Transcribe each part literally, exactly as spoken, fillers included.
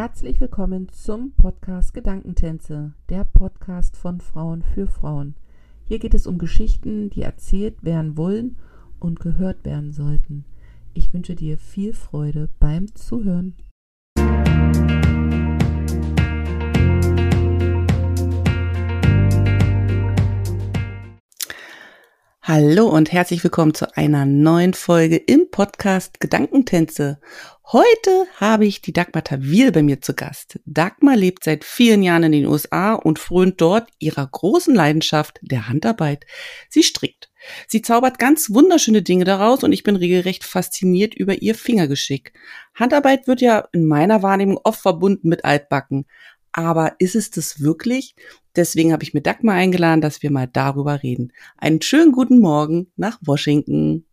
Herzlich willkommen zum Podcast Gedankentänze, der Podcast von Frauen für Frauen. Hier geht es um Geschichten, die erzählt werden wollen und gehört werden sollten. Ich wünsche dir viel Freude beim Zuhören. Hallo und herzlich willkommen zu einer neuen Folge im Podcast Gedankentänze. Heute habe ich die Dagmar Tawil bei mir zu Gast. Dagmar lebt seit vielen Jahren in den U S A und frönt dort ihrer großen Leidenschaft der Handarbeit. Sie strickt. Sie zaubert ganz wunderschöne Dinge daraus und ich bin regelrecht fasziniert über ihr Fingergeschick. Handarbeit wird ja in meiner Wahrnehmung oft verbunden mit Altbacken. Aber ist es das wirklich? Deswegen habe ich mir Dagmar eingeladen, dass wir mal darüber reden. Einen schönen guten Morgen nach Washington.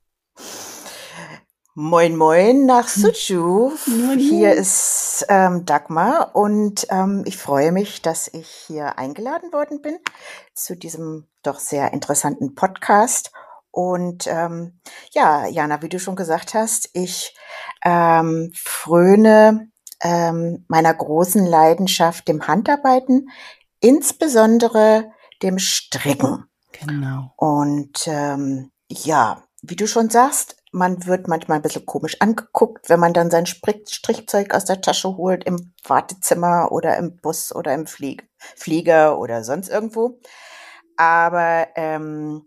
Moin Moin nach Suchu. Moin, Hier moin. ist ähm, Dagmar und ähm, ich freue mich, dass ich hier eingeladen worden bin zu diesem doch sehr interessanten Podcast. Und ähm, ja, Jana, wie du schon gesagt hast, ich ähm, fröne ähm, meiner großen Leidenschaft, dem Handarbeiten, insbesondere dem Stricken. Genau. Und ähm, ja, wie du schon sagst, man wird manchmal ein bisschen komisch angeguckt, wenn man dann sein Sprich- Strickzeug aus der Tasche holt im Wartezimmer oder im Bus oder im Flieg Flieger oder sonst irgendwo. Aber ähm,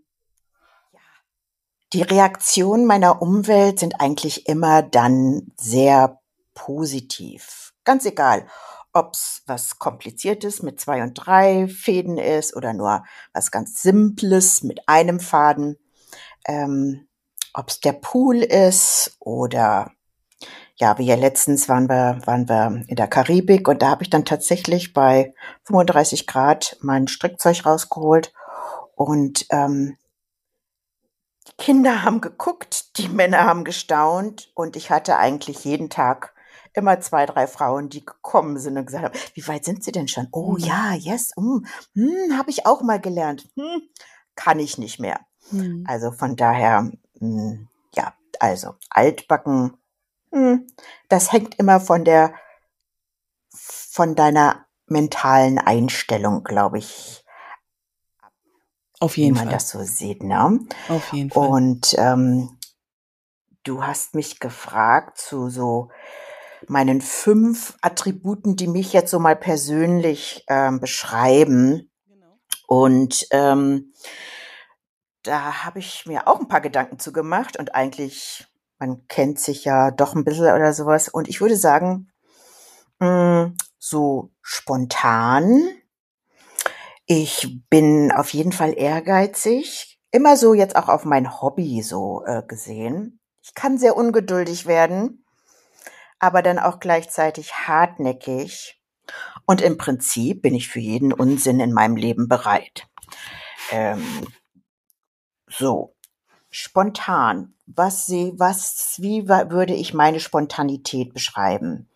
die Reaktionen meiner Umwelt sind eigentlich immer dann sehr positiv. Ganz egal, ob's was Kompliziertes mit zwei und drei Fäden ist oder nur was ganz Simples mit einem Faden. Ähm, ob's der Pool ist oder ja, wie ja letztens waren wir, waren wir in der Karibik und da habe ich dann tatsächlich bei fünfunddreißig Grad mein Strickzeug rausgeholt und ähm, die Kinder haben geguckt, die Männer haben gestaunt und ich hatte eigentlich jeden Tag immer zwei, drei Frauen, die gekommen sind und gesagt haben, wie weit sind sie denn schon? Oh Mhm. ja, yes, hm, hm, habe ich auch mal gelernt. Hm, kann ich nicht mehr. Mhm. Also von daher, hm, ja, also altbacken, hm, das hängt immer von der, von deiner mentalen Einstellung, glaube ich, Auf wie jeden man Fall. das so sieht, ne? Auf jeden Fall. Und ähm, du hast mich gefragt zu so meinen fünf Attributen, die mich jetzt so mal persönlich ähm, beschreiben. Genau. Und ähm, da habe ich mir auch ein paar Gedanken zu gemacht und eigentlich, man kennt sich ja doch ein bisschen oder sowas. Und ich würde sagen, mh, so spontan. Ich bin auf jeden Fall ehrgeizig. Immer so jetzt auch auf mein Hobby so äh, gesehen. Ich kann sehr ungeduldig werden, aber dann auch gleichzeitig hartnäckig. Und im Prinzip bin ich für jeden Unsinn in meinem Leben bereit. Ähm, so, spontan. Was sie, was, wie wa- würde ich meine Spontanität beschreiben?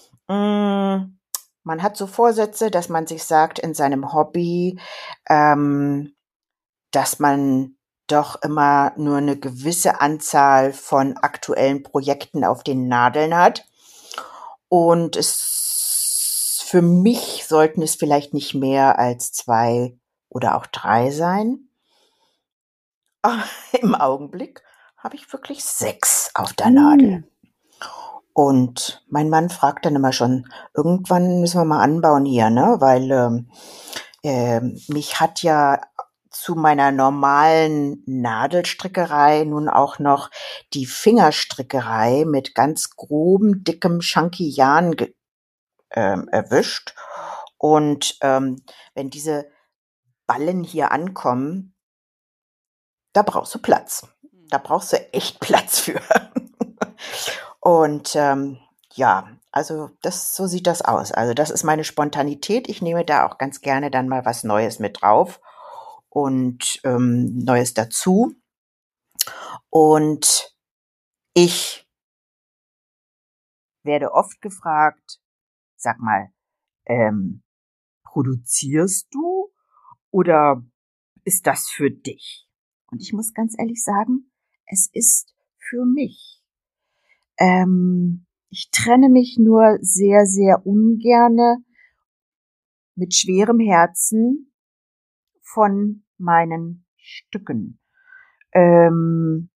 Mm, Man hat so Vorsätze, dass man sich sagt in seinem Hobby, ähm, dass man doch immer nur eine gewisse Anzahl von aktuellen Projekten auf den Nadeln hat. Und es, für mich sollten es vielleicht nicht mehr als zwei oder auch drei sein. Ah, im Augenblick habe ich wirklich sechs auf der Nadel. Uh. Und mein Mann fragt dann immer schon, irgendwann müssen wir mal anbauen hier, ne? Weil ähm, ähm, mich hat ja zu meiner normalen Nadelstrickerei nun auch noch die Fingerstrickerei mit ganz grobem, dickem Chunky Yarn ge- ähm, erwischt. Und ähm, wenn diese Ballen hier ankommen, da brauchst du Platz. Da brauchst du echt Platz für. Und ähm, ja, also das, so sieht das aus. Also das ist meine Spontanität. Ich nehme da auch ganz gerne dann mal was Neues mit drauf und ähm, Neues dazu. Und ich werde oft gefragt, sag mal, ähm, produzierst du oder ist das für dich? Und ich muss ganz ehrlich sagen, es ist für mich. Ähm, ich trenne mich nur sehr, sehr ungerne mit schwerem Herzen von meinen Stücken. Ähm,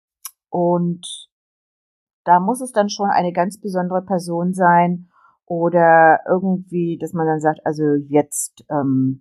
und da muss es dann schon eine ganz besondere Person sein oder irgendwie, dass man dann sagt, also jetzt ähm,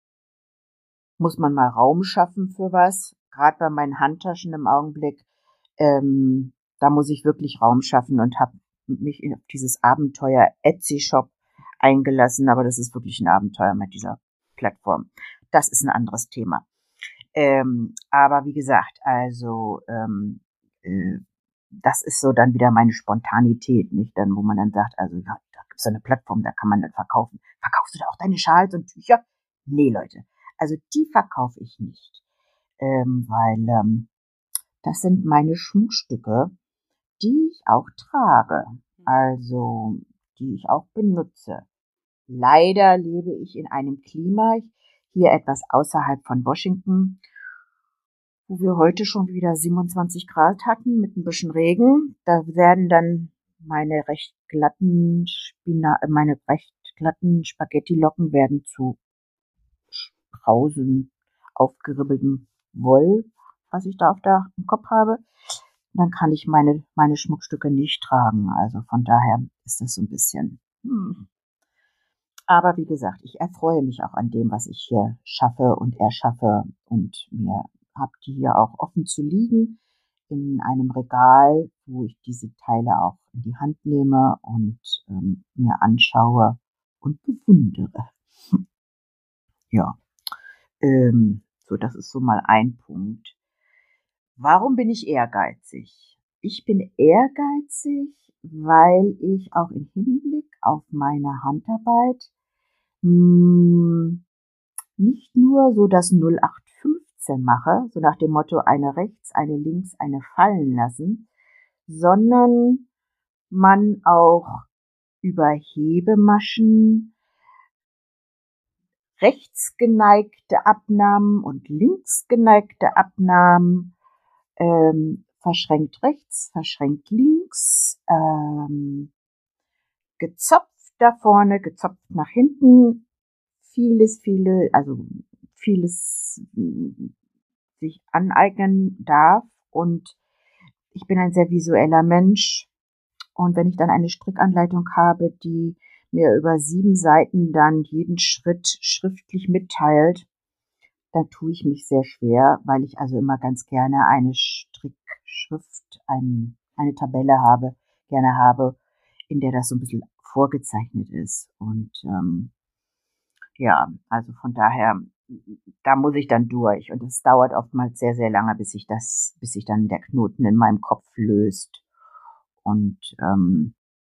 muss man mal Raum schaffen für was. Gerade bei meinen Handtaschen im Augenblick, ähm, da muss ich wirklich Raum schaffen und habe mich auf dieses Abenteuer Etsy Shop eingelassen. Aber das ist wirklich ein Abenteuer mit dieser Plattform. Das ist ein anderes Thema. Ähm, aber wie gesagt, also ähm, äh, das ist so dann wieder meine Spontanität, nicht? Dann, wo man dann sagt, also ja, da gibt's so eine Plattform, da kann man dann verkaufen. Verkaufst du da auch deine Schals und Tücher? Nee, Leute. Also die verkaufe ich nicht, ähm, weil ähm, das sind meine Schmuckstücke, die ich auch trage, also die ich auch benutze. Leider lebe ich in einem Klima hier etwas außerhalb von Washington, wo wir heute schon wieder siebenundzwanzig Grad hatten mit ein bisschen Regen. Da werden dann meine recht glatten Spina äh, meine recht glatten Spaghettilocken werden zu Sprausen aufgeribbeltem Woll, was ich da auf der im Kopf habe. Dann kann ich meine meine Schmuckstücke nicht tragen. Also von daher ist das so ein bisschen. Hm. Aber wie gesagt, ich erfreue mich auch an dem, was ich hier schaffe und erschaffe und mir habe die hier auch offen zu liegen in einem Regal, wo ich diese Teile auch in die Hand nehme und ähm, mir anschaue und bewundere. Ja, ähm, so das ist so mal ein Punkt. Warum bin ich ehrgeizig? Ich bin ehrgeizig, weil ich auch im Hinblick auf meine Handarbeit mh, nicht nur so das null acht fünfzehn mache, so nach dem Motto eine rechts, eine links, eine fallen lassen, sondern man auch über Hebemaschen rechtsgeneigte Abnahmen und linksgeneigte Abnahmen, ähm, verschränkt rechts, verschränkt links, ähm, gezopft da vorne, gezopft nach hinten, vieles, viele, also vieles mh, sich aneignen darf. Und ich bin ein sehr visueller Mensch. Und wenn ich dann eine Strickanleitung habe, die mir über sieben Seiten dann jeden Schritt schriftlich mitteilt, dann tue ich mich sehr schwer, weil ich also immer ganz gerne eine Strickschrift, ein, eine Tabelle habe, gerne habe, in der das so ein bisschen vorgezeichnet ist. Und ähm, ja, also von daher, da muss ich dann durch. Und es dauert oftmals sehr, sehr lange, bis sich das, bis sich dann der Knoten in meinem Kopf löst. Und ähm,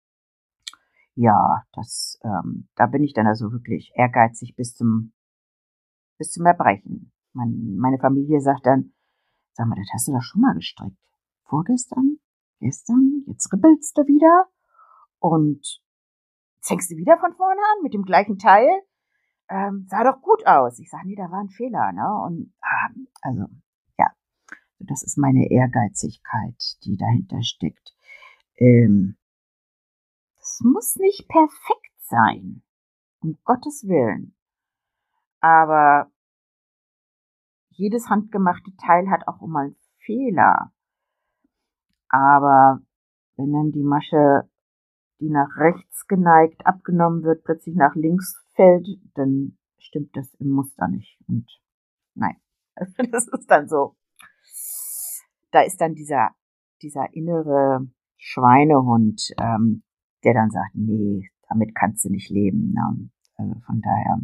ja, das, ähm, da bin ich dann also wirklich ehrgeizig bis zum, bis zum Erbrechen. Mein, meine Familie sagt dann, sag mal, das hast du doch schon mal gestrickt. Vorgestern? Gestern? Jetzt ribbelst du wieder? Und fängst du wieder von vorne an mit dem gleichen Teil? Ähm, sah doch gut aus. Ich sage, nee, da war ein Fehler, ne? Und ah, also, ja, das ist meine Ehrgeizigkeit, die dahinter steckt. Ähm, es muss nicht perfekt sein, um Gottes Willen. Aber jedes handgemachte Teil hat auch immer einen Fehler. Aber wenn dann die Masche, die nach rechts geneigt abgenommen wird, plötzlich nach links fällt, dann stimmt das im Muster nicht. Und nein, das ist dann so. Da ist dann dieser, dieser innere Schweinehund, ähm, der dann sagt, nee, damit kannst du nicht leben. Ne? Also von daher.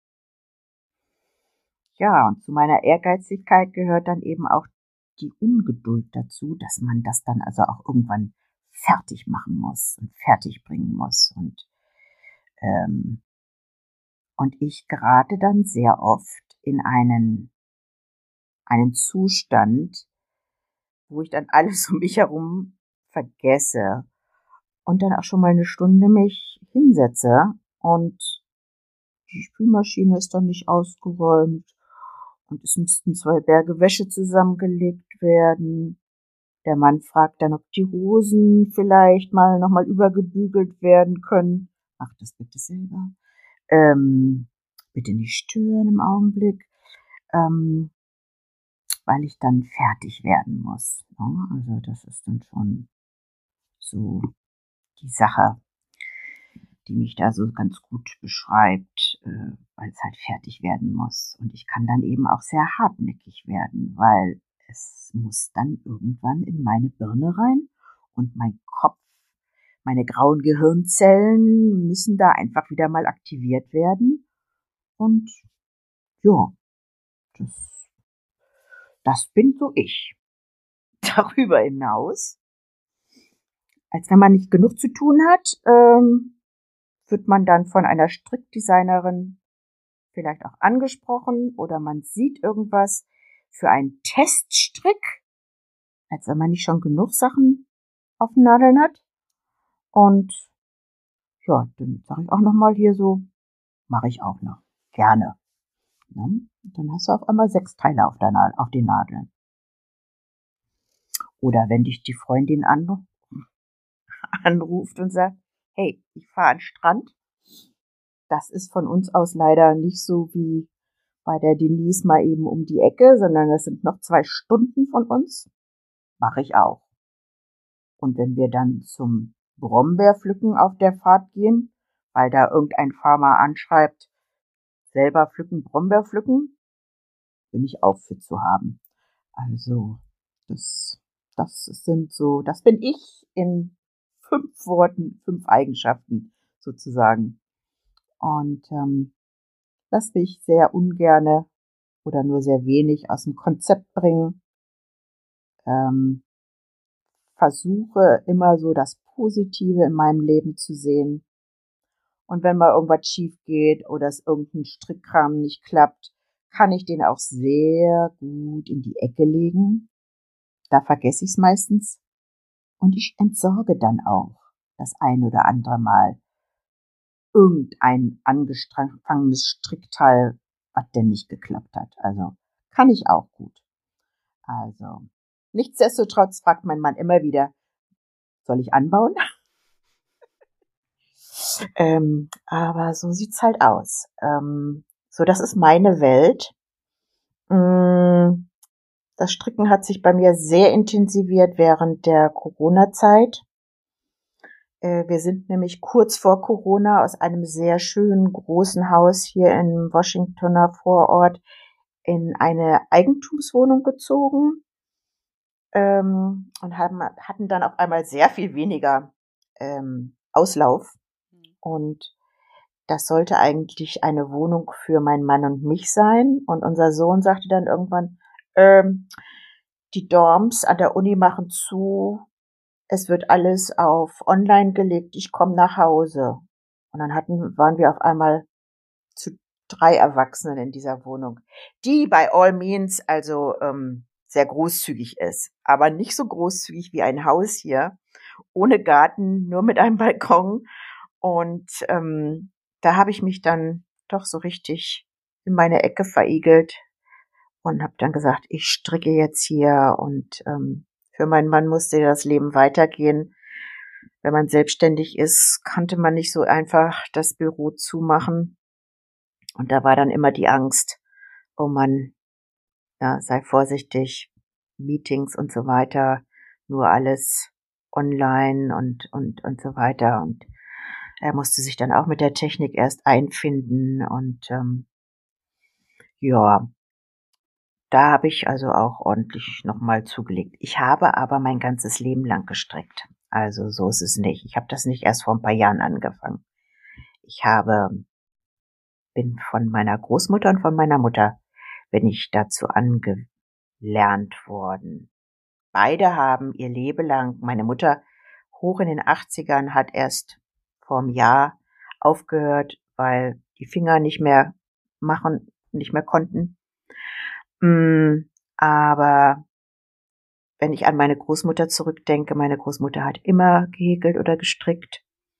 Ja, und zu meiner Ehrgeizigkeit gehört dann eben auch die Ungeduld dazu, dass man das dann also auch irgendwann fertig machen muss und fertig bringen muss. Und, ähm, und ich gerate dann sehr oft in einen, einen Zustand, wo ich dann alles um mich herum vergesse und dann auch schon mal eine Stunde mich hinsetze und die Spülmaschine ist dann nicht ausgeräumt und es müssten zwei Berge Wäsche zusammengelegt werden Der Mann fragt dann, ob die Hosen vielleicht mal nochmal übergebügelt werden können. Mach das bitte selber. Ähm, bitte nicht stören im Augenblick, ähm, weil ich dann fertig werden muss. Ne? Also das ist dann schon so die Sache, die mich da so ganz gut beschreibt, äh, weil es halt fertig werden muss. Und ich kann dann eben auch sehr hartnäckig werden, weil es muss dann irgendwann in meine Birne rein und mein Kopf, meine grauen Gehirnzellen müssen da einfach wieder mal aktiviert werden. Und ja, das, das bin so ich. Darüber hinaus, als wenn man nicht genug zu tun hat, ähm, wird man dann von einer Strickdesignerin vielleicht auch angesprochen oder man sieht irgendwas für einen Teststrick, als wenn man nicht schon genug Sachen auf den Nadeln hat. Und ja, dann sage ich auch nochmal hier so, mache ich auch noch. Gerne. Ja, und dann hast du auf einmal sechs Teile auf, der Nadel, auf den Nadeln. Oder wenn dich die Freundin an, anruft und sagt, hey, ich fahre an den Strand. Das ist von uns aus leider nicht so wie bei der Denise mal eben um die Ecke, sondern das sind noch zwei Stunden von uns. Mache ich auch. Und wenn wir dann zum Brombeerpflücken auf der Fahrt gehen, weil da irgendein Farmer anschreibt, selber pflücken, Brombeer pflücken, bin ich auch für zu haben. Also, das, das sind so, das bin ich in fünf Worten, fünf Eigenschaften sozusagen. Und ähm, das will ich sehr ungerne oder nur sehr wenig aus dem Konzept bringen. Ähm, versuche immer so das Positive in meinem Leben zu sehen. Und wenn mal irgendwas schief geht oder es irgendein Strickkram nicht klappt, kann ich den auch sehr gut in die Ecke legen. Da vergesse ich es meistens. Und ich entsorge dann auch das ein oder andere Mal irgendein angefangenes Strickteil, was denn nicht geklappt hat. Also kann ich auch gut. Also nichtsdestotrotz fragt mein Mann immer wieder, soll ich anbauen? ähm, aber so sieht's halt aus. Ähm, so, das ist meine Welt. Mm, Das Stricken hat sich bei mir sehr intensiviert während der Corona-Zeit. Äh, wir sind nämlich kurz vor Corona aus einem sehr schönen großen Haus hier im Washingtoner Vorort in eine Eigentumswohnung gezogen ähm, und haben, hatten dann auf einmal sehr viel weniger ähm, Auslauf. Und das sollte eigentlich eine Wohnung für meinen Mann und mich sein. Und unser Sohn sagte dann irgendwann, ähm, die Dorms an der Uni machen zu, es wird alles auf online gelegt, ich komme nach Hause. Und dann hatten, waren wir auf einmal zu drei Erwachsenen in dieser Wohnung, die by all means also ähm, sehr großzügig ist, aber nicht so großzügig wie ein Haus hier, ohne Garten, nur mit einem Balkon. Und ähm, da habe ich mich dann doch so richtig in meine Ecke verigelt und habe dann gesagt, ich stricke jetzt hier. Und ähm, für meinen Mann musste das Leben weitergehen. Wenn man selbstständig ist, konnte man nicht so einfach das Büro zumachen. Und da war dann immer die Angst, oh Mann, ja, sei vorsichtig, Meetings und so weiter, nur alles online und, und, und so weiter. Und er musste sich dann auch mit der Technik erst einfinden und ähm, ja, da habe ich also auch ordentlich nochmal zugelegt. Ich habe aber mein ganzes Leben lang gestrickt. Also so ist es nicht. Ich habe das nicht erst vor ein paar Jahren angefangen. Ich habe, bin von meiner Großmutter und von meiner Mutter bin ich dazu angelernt worden. Beide haben ihr Leben lang, meine Mutter hoch in den achtzigern hat erst vor einem Jahr aufgehört, weil die Finger nicht mehr machen, nicht mehr konnten. Mm, aber wenn ich an meine Großmutter zurückdenke, meine Großmutter hat immer gehäkelt oder gestrickt.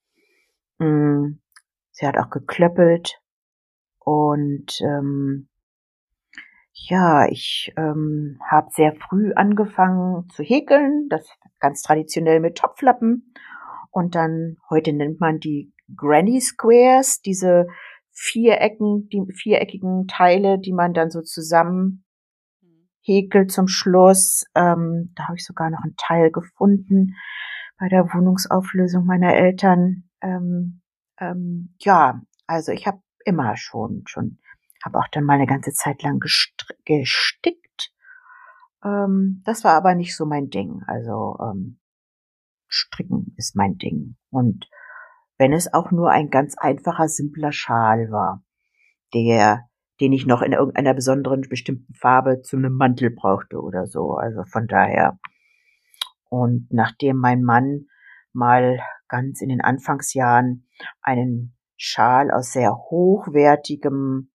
Mm, sie hat auch geklöppelt und ähm, Ja, ich ähm, habe sehr früh angefangen zu häkeln, das ganz traditionell mit Topflappen. Und dann, heute nennt man die Granny Squares, diese Vierecken, die viereckigen Teile, die man dann so zusammen häkelt zum Schluss. Ähm, da habe ich sogar noch einen Teil gefunden bei der Wohnungsauflösung meiner Eltern. Ähm, ähm, ja, also ich habe immer schon, schon, habe auch dann mal eine ganze Zeit lang gestr- gestickt. Ähm, das war aber nicht so mein Ding. Also ähm, Stricken ist mein Ding. Und wenn es auch nur ein ganz einfacher, simpler Schal war, der, den ich noch in irgendeiner besonderen bestimmten Farbe zu einem Mantel brauchte oder so. Also von daher. Und nachdem mein Mann mal ganz in den Anfangsjahren einen Schal aus sehr hochwertigem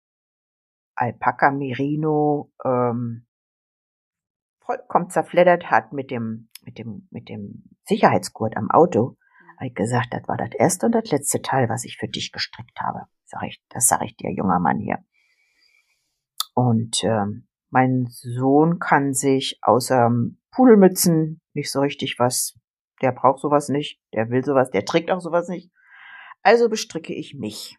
Alpaka Merino ähm, vollkommen zerfleddert hat mit dem mit dem mit dem Sicherheitsgurt am Auto, habe ich gesagt, das war das erste und das letzte Teil, was ich für dich gestrickt habe. Sag ich, das sage ich dir, junger Mann hier. Und ähm, mein Sohn kann sich außer Pudelmützen nicht so richtig was, der braucht sowas nicht, der will sowas, der trägt auch sowas nicht. Also bestricke ich mich.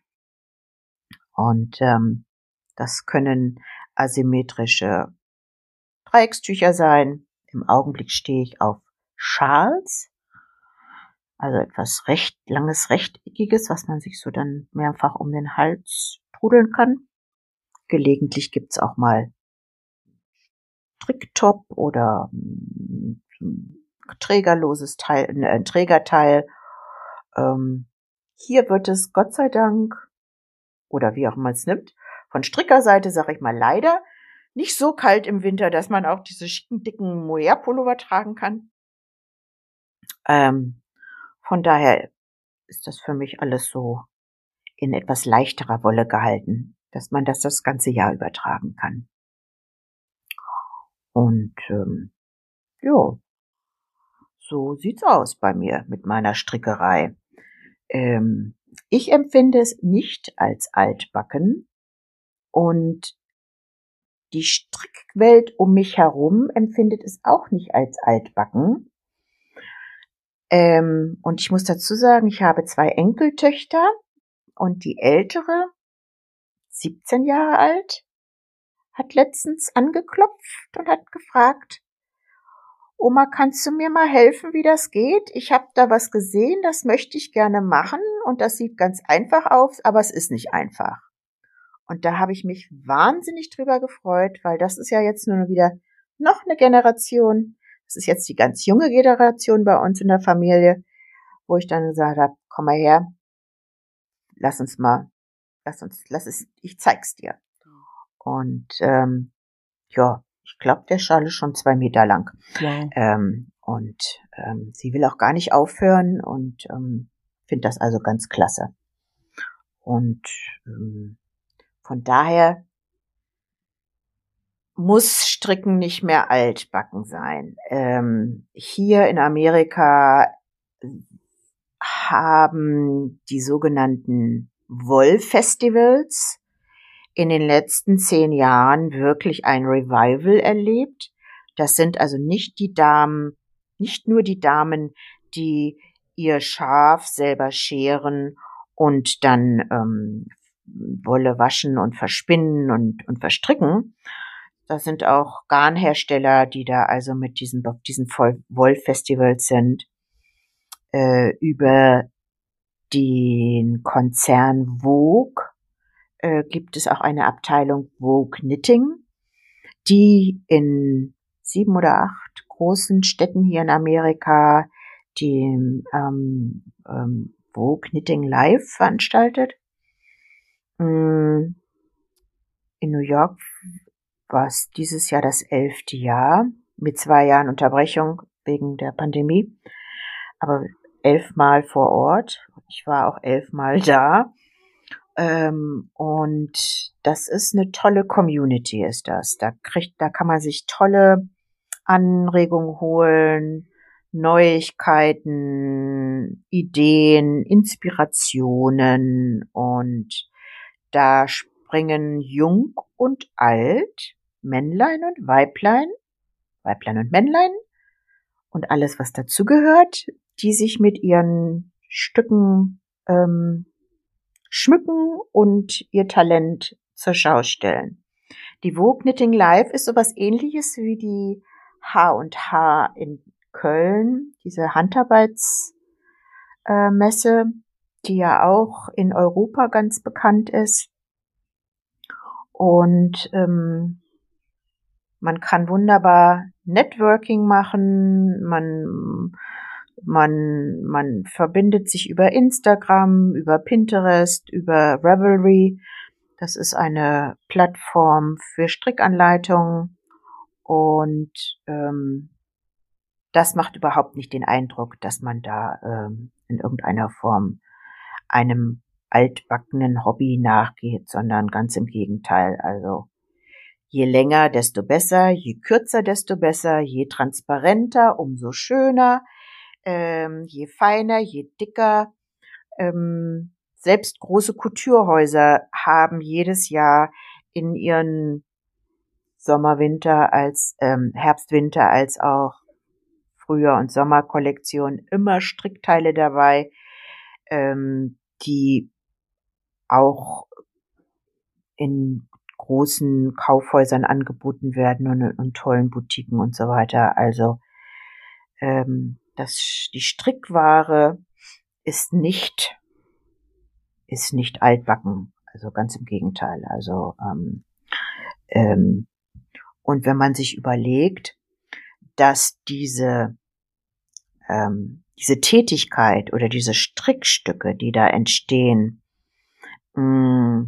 Und ähm, das können asymmetrische Dreieckstücher sein. Im Augenblick stehe ich auf Schals, also etwas recht langes, rechteckiges, was man sich so dann mehrfach um den Hals trudeln kann. Gelegentlich gibt's auch mal Tricktop oder mm, ein trägerloses Teil, ein, ein Trägerteil. Ähm, hier wird es Gott sei Dank, oder wie auch immer es nimmt, von Strickerseite, sage ich mal leider, nicht so kalt im Winter, dass man auch diese schicken, dicken Mohair-Pullover tragen kann. Ähm, von daher ist das für mich alles so in etwas leichterer Wolle gehalten, dass man das das ganze Jahr übertragen kann. Und ähm, ja, so sieht's aus bei mir mit meiner Strickerei. Ähm, ich empfinde es nicht als altbacken und die Strickwelt um mich herum empfindet es auch nicht als altbacken. Ähm, und ich muss dazu sagen, ich habe zwei Enkeltöchter und die ältere, siebzehn Jahre alt, hat letztens angeklopft und hat gefragt, Oma, kannst du mir mal helfen, wie das geht? Ich habe da was gesehen, das möchte ich gerne machen und das sieht ganz einfach aus, aber es ist nicht einfach. Und da habe ich mich wahnsinnig drüber gefreut, weil das ist ja jetzt nur wieder noch eine Generation. Das ist jetzt die ganz junge Generation bei uns in der Familie, wo ich dann gesagt habe, komm mal her, lass uns mal, lass uns, lass es, ich zeig's dir. Und ähm, ja, ich glaube, der Schal ist schon zwei Meter lang. Wow. Ähm, und ähm, sie will auch gar nicht aufhören und ähm, finde das also ganz klasse. Und ähm, von daher muss Stricken nicht mehr altbacken sein. Ähm, hier in Amerika haben die sogenannten Wollfestivals in den letzten zehn Jahren wirklich ein Revival erlebt. Das sind also nicht die Damen, nicht nur die Damen, die ihr Schaf selber scheren und dann ähm, Wolle waschen und verspinnen und, und verstricken. Das sind auch Garnhersteller, die da also mit diesen, auf diesen Wollfestivals sind. Äh, über den Konzern Vogue äh, gibt es auch eine Abteilung Vogue Knitting, die in sieben oder acht großen Städten hier in Amerika die ähm, ähm, Vogue Knitting Live veranstaltet. In New York war es dieses Jahr das elfte Jahr mit zwei Jahren Unterbrechung wegen der Pandemie, aber elfmal vor Ort. Ich war auch elfmal da. Ähm, und das ist eine tolle Community, ist das. Da kriegt, da kann man sich tolle Anregungen holen, Neuigkeiten, Ideen, Inspirationen und da bringen Jung und Alt, Männlein und Weiblein, Weiblein und Männlein und alles, was dazugehört, die sich mit ihren Stücken ähm, schmücken und ihr Talent zur Schau stellen. Die Vogue Knitting Live ist sowas Ähnliches wie die H und H in Köln, diese Handarbeitsmesse, äh, die ja auch in Europa ganz bekannt ist. Und ähm, man kann wunderbar Networking machen, man man man verbindet sich über Instagram, über Pinterest, über Ravelry. Das ist eine Plattform für Strickanleitungen und ähm, das macht überhaupt nicht den Eindruck, dass man da ähm, in irgendeiner Form einem altbackenen Hobby nachgeht, sondern ganz im Gegenteil. Also je länger, desto besser, je kürzer, desto besser, je transparenter, umso schöner, ähm, je feiner, je dicker. Ähm, selbst große Couturehäuser haben jedes Jahr in ihren Sommer, Winter als ähm, Herbst, Winter als auch Frühjahr- und Sommerkollektion immer Strickteile dabei, ähm, die auch in großen Kaufhäusern angeboten werden und, und tollen Boutiquen und so weiter. Also ähm, das, die Strickware ist nicht ist nicht altbacken, also ganz im Gegenteil. Also ähm, ähm, und wenn man sich überlegt, dass diese ähm, diese Tätigkeit oder diese Strickstücke, die da entstehen, mh,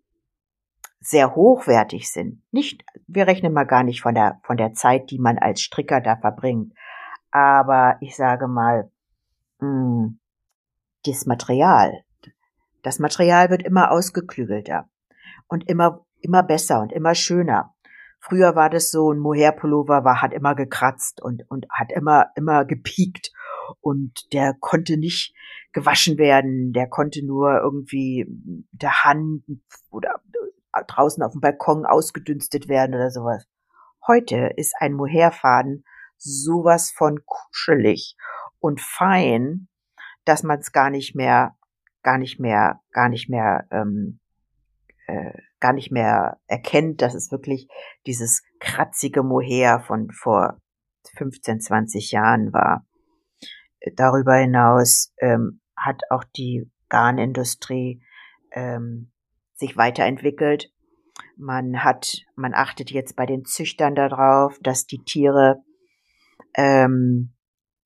sehr hochwertig sind. Nicht, wir rechnen mal gar nicht von der von der Zeit, die man als Stricker da verbringt, aber ich sage mal, mh, das Material, das Material wird immer ausgeklügelter und immer immer besser und immer schöner. Früher war das so, ein Mohair-Pullover war, hat immer gekratzt und, und hat immer, immer gepiekt und der konnte nicht gewaschen werden, der konnte nur irgendwie mit der Hand oder draußen auf dem Balkon ausgedünstet werden oder sowas. Heute ist ein Mohairfaden sowas von kuschelig und fein, dass man es gar nicht mehr, gar nicht mehr, gar nicht mehr ähm, äh, gar nicht mehr erkennt, dass es wirklich dieses kratzige Mohair von vor fünfzehn, zwanzig Jahren war. Darüber hinaus ähm, hat auch die Garnindustrie ähm, sich weiterentwickelt. Man hat, man achtet jetzt bei den Züchtern darauf, dass die Tiere ähm,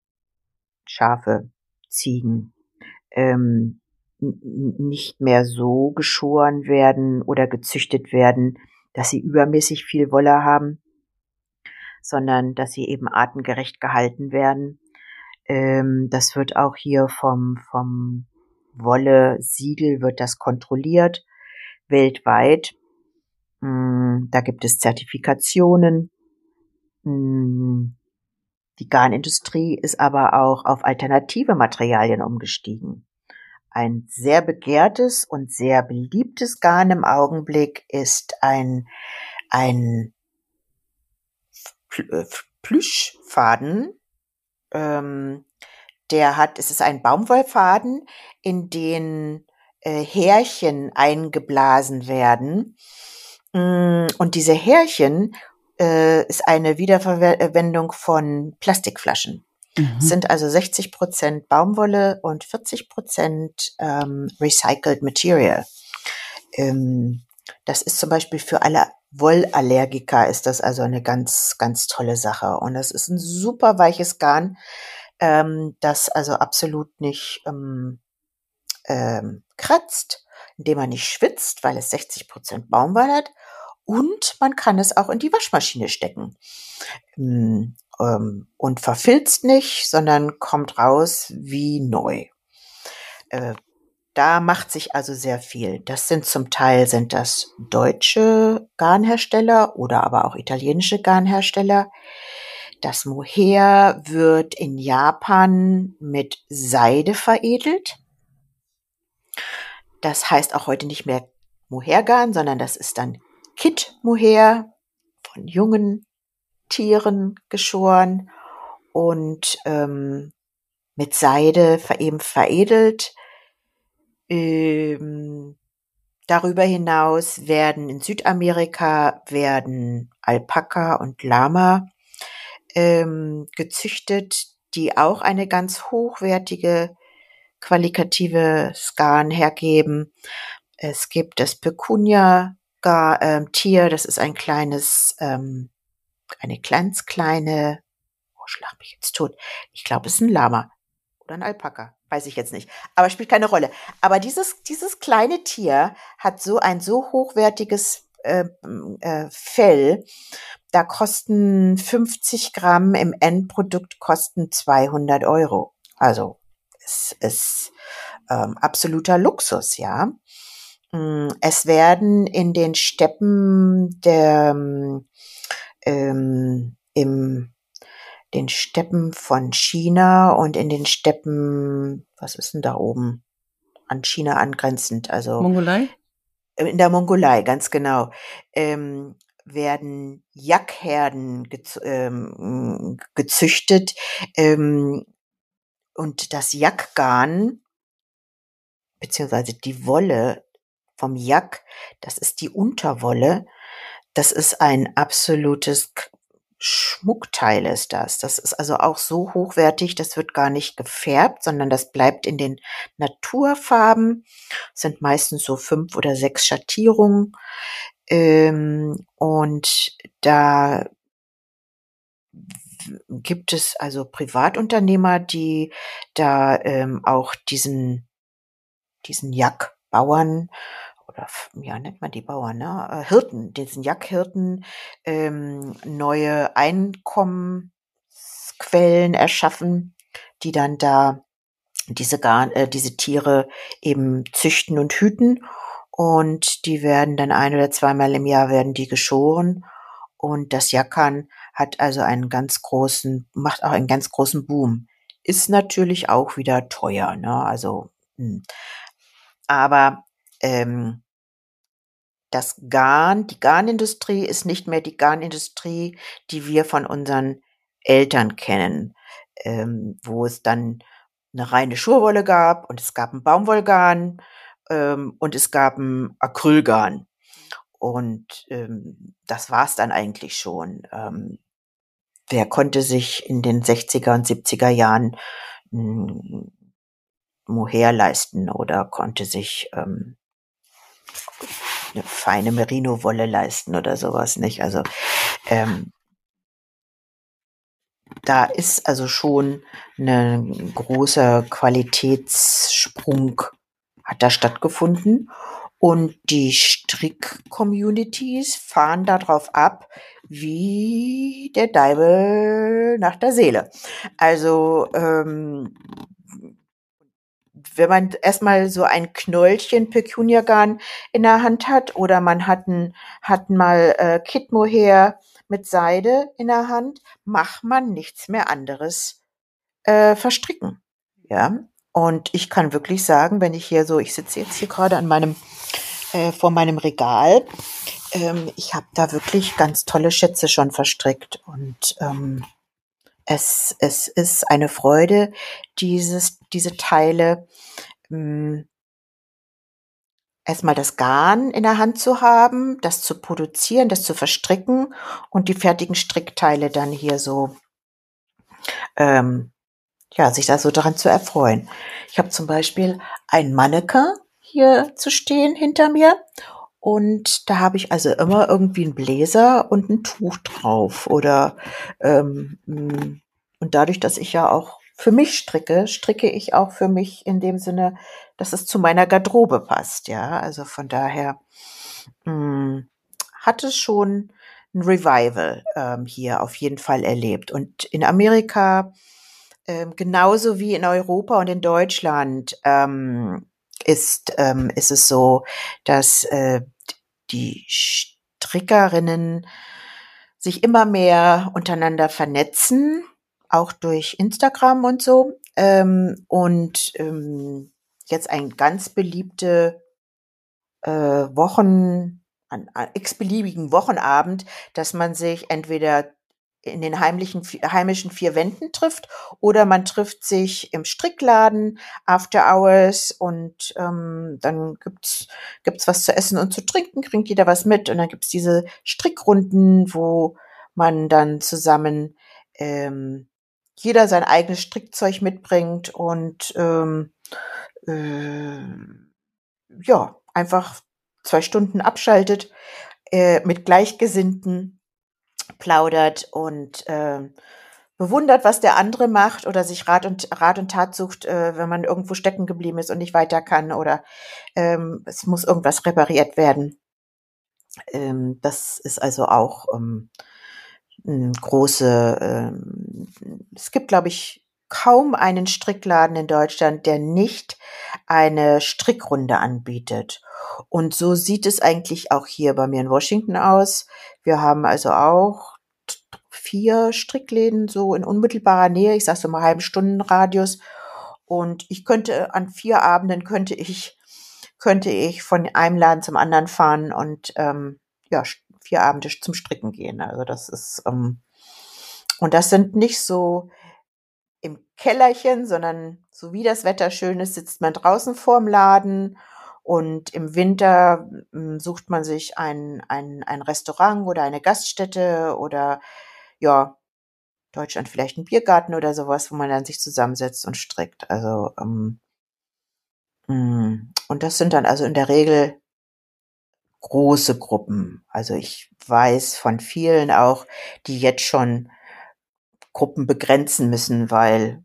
Schafe, Ziegen ähm, nicht mehr so geschoren werden oder gezüchtet werden, dass sie übermäßig viel Wolle haben, sondern dass sie eben artengerecht gehalten werden. Ähm, das wird auch hier vom, vom Wolle-Siegel wird das kontrolliert, weltweit. Mm, da gibt es Zertifikationen. Mm, die Garnindustrie ist aber auch auf alternative Materialien umgestiegen. Ein sehr begehrtes und sehr beliebtes Garn im Augenblick ist ein, ein Plüschfaden. Ähm, der hat, es ist ein Baumwollfaden, in den äh, Härchen eingeblasen werden. Und diese Härchen äh, ist eine Wiederverwendung von Plastikflaschen. Mhm. Es sind also sechzig Prozent Baumwolle und vierzig Prozent ähm, recycled Material. Ähm, das ist zum Beispiel für alle Wollallergiker ist das also eine ganz, ganz tolle Sache. Und das ist ein super weiches Garn, ähm, das also absolut nicht ähm, ähm, kratzt, indem man nicht schwitzt, weil es sechzig Prozent Baumwolle hat. Und man kann es auch in die Waschmaschine stecken. Ähm, ähm, und verfilzt nicht, sondern kommt raus wie neu. Äh, Da macht sich also sehr viel. Das sind zum Teil sind das deutsche Garnhersteller oder aber auch italienische Garnhersteller. Das Mohair wird in Japan mit Seide veredelt. Das heißt auch heute nicht mehr Mohairgarn, sondern das ist dann Kit-Mohair von jungen Tieren geschoren und ähm, mit Seide ver eben veredelt. Ähm, darüber hinaus werden in Südamerika werden Alpaka und Lama ähm, gezüchtet, die auch eine ganz hochwertige, qualitative Garn hergeben. Es gibt das Pecunia-Tier, das ist ein kleines, ähm, eine ganz kleine, oh, schlag mich jetzt tot. Ich glaube, es ist ein Lama oder ein Alpaka, weiß ich jetzt nicht. Aber spielt keine Rolle. Aber dieses, dieses kleine Tier hat so ein so hochwertiges äh, äh, Fell. Da kosten fünfzig Gramm im Endprodukt kosten zweihundert Euro. Also es ist ähm, absoluter Luxus, ja. Mm, Es werden in den Steppen der ähm, im den Steppen von China und in den Steppen, was ist denn da oben? An China angrenzend, also Mongolei? in der Mongolei, ganz genau, ähm, werden Jackherden gez ähm, gezüchtet, ähm, und das Jackgarn beziehungsweise die Wolle vom Jack, das ist die Unterwolle. Das ist ein absolutes K Schmuckteil ist das. Das ist also auch so hochwertig, das wird gar nicht gefärbt, sondern das bleibt in den Naturfarben. Sind meistens so fünf oder sechs Schattierungen. Ähm, und da gibt es also Privatunternehmer, die da ähm, auch diesen diesen Jackbauern oder f ja, nennt man die Bauern, ne? Äh, Hirten, diesen Jackhirten ähm, neue Einkommensquellen erschaffen, die dann da diese Garn äh, diese Tiere eben züchten und hüten. Und die werden dann ein oder zweimal im Jahr werden die geschoren. Und das Jackern hat also einen ganz großen macht auch einen ganz großen Boom. Ist natürlich auch wieder teuer, ne? Also, hm, aber, ähm das Garn die Garnindustrie ist nicht mehr die Garnindustrie, die wir von unseren Eltern kennen, ähm, wo es dann 'ne reine Schurwolle gab und es gab 'n Baumwollgarn, ähm, und es gab 'n Acrylgarn. Und, ähm, das war's dann eigentlich schon. Ähm, wer konnte sich in den sechziger und siebziger Jahren 'n Mohair leisten oder konnte sich, ähm 'ne feine Merino-Wolle leisten oder so was, nicht? Also, ähm da ist also schon 'ne großer Qualitätssprung hat da stattgefunden. Und die Strick-Communities fahren da drauf ab wie der Deibel nach der Seele. Also, ähm wenn man erst mal so ein Knäuelchen Pecunia-Garn in der Hand hat oder man hat 'n hat mal, äh, Kit-Mohair mit Seide in der Hand, macht man nichts mehr anderes, äh, verstricken, ja? Und ich kann wirklich sagen, wenn ich hier so ich sitze jetzt hier grade an meinem äh, vor meinem Regal, ähm, ich habe da wirklich ganz tolle Schätze schon verstrickt und, ähm, es es ist eine Freude, dieses diese Teile, hm erst mal das Garn in der Hand zu haben, das zu produzieren, das zu verstricken und die fertigen Strickteile dann hier so ähm, ja, sich da so dran zu erfreuen. Ich habe zum Beispiel ein Mannequin hier zu stehen hinter mir und da habe ich also immer irgendwie 'n Bläser und 'n Tuch drauf oder, ähm, hm und dadurch, dass ich ja auch für mich stricke, stricke ich auch für mich in dem Sinne, dass es zu meiner Garderobe passt, ja? Also, von daher, hm, hat es schon 'n Revival, ähm, hier auf jeden Fall erlebt. Und in Amerika, ähm, genauso wie in Europa und in Deutschland, ähm, ist ähm, ist es so, dass, äh, d die Strickerinnen sich immer mehr untereinander vernetzen, auch durch Instagram und so. Ähm, und, ähm, jetzt ein ganz beliebte äh, Wochen, an, an x-beliebigen Wochenabend, dass man sich entweder in den heimlichen, heimischen vier Wänden trifft oder man trifft sich im Strickladen after hours und ähm, dann gibt's gibt's was zu essen und zu trinken, bringt jeder was mit und dann gibt's diese Strickrunden, wo man dann zusammen ähm, jeder sein eigenes Strickzeug mitbringt und ähm, äh, ja, einfach zwei Stunden abschaltet, äh, mit Gleichgesinnten plaudert und äh, bewundert, was der andere macht oder sich Rat und Rat und Tat sucht, äh, wenn man irgendwo stecken geblieben ist und nicht weiter kann oder ähm, es muss irgendwas repariert werden. Ähm, das ist also auch ähm, eine große. Ähm, es gibt, glaube ich, kaum einen Strickladen in Deutschland, der nicht eine Strickrunde anbietet. Und so sieht es eigentlich auch hier bei mir in Washington aus. Wir haben also auch vier Strickläden so in unmittelbarer Nähe. Ich sage so mal halben Stunden Radius. Und ich könnte an vier Abenden könnte ich könnte ich von einem Laden zum anderen fahren und ähm, ja vier Abende zum Stricken gehen. Also das ist ähm, und das sind nicht so im Kellerchen, sondern so wie das Wetter schön ist, sitzt man draußen vorm Laden und im Winter m, sucht man sich ein, ein, ein Restaurant oder eine Gaststätte oder ja, Deutschland vielleicht ein Biergarten oder sowas, wo man dann sich zusammensetzt und strickt. Also ähm, mm, und das sind dann also in der Regel große Gruppen. Also ich weiß von vielen auch, die jetzt schon Gruppen begrenzen müssen, weil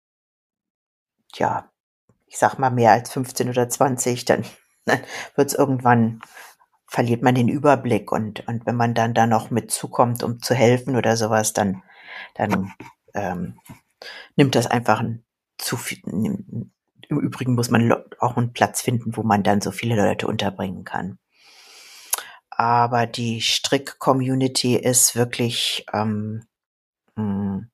ja, ich sag mal mehr als fünfzehn oder zwanzig, dann, dann wird's irgendwann, verliert man den Überblick und und wenn man dann da noch mit zukommt, um zu helfen oder sowas, dann dann ähm, nimmt das einfach ein zu viel. Im Übrigen muss man lo- auch einen Platz finden, wo man dann so viele Leute unterbringen kann. Aber die Strick-Community ist wirklich ähm, mh,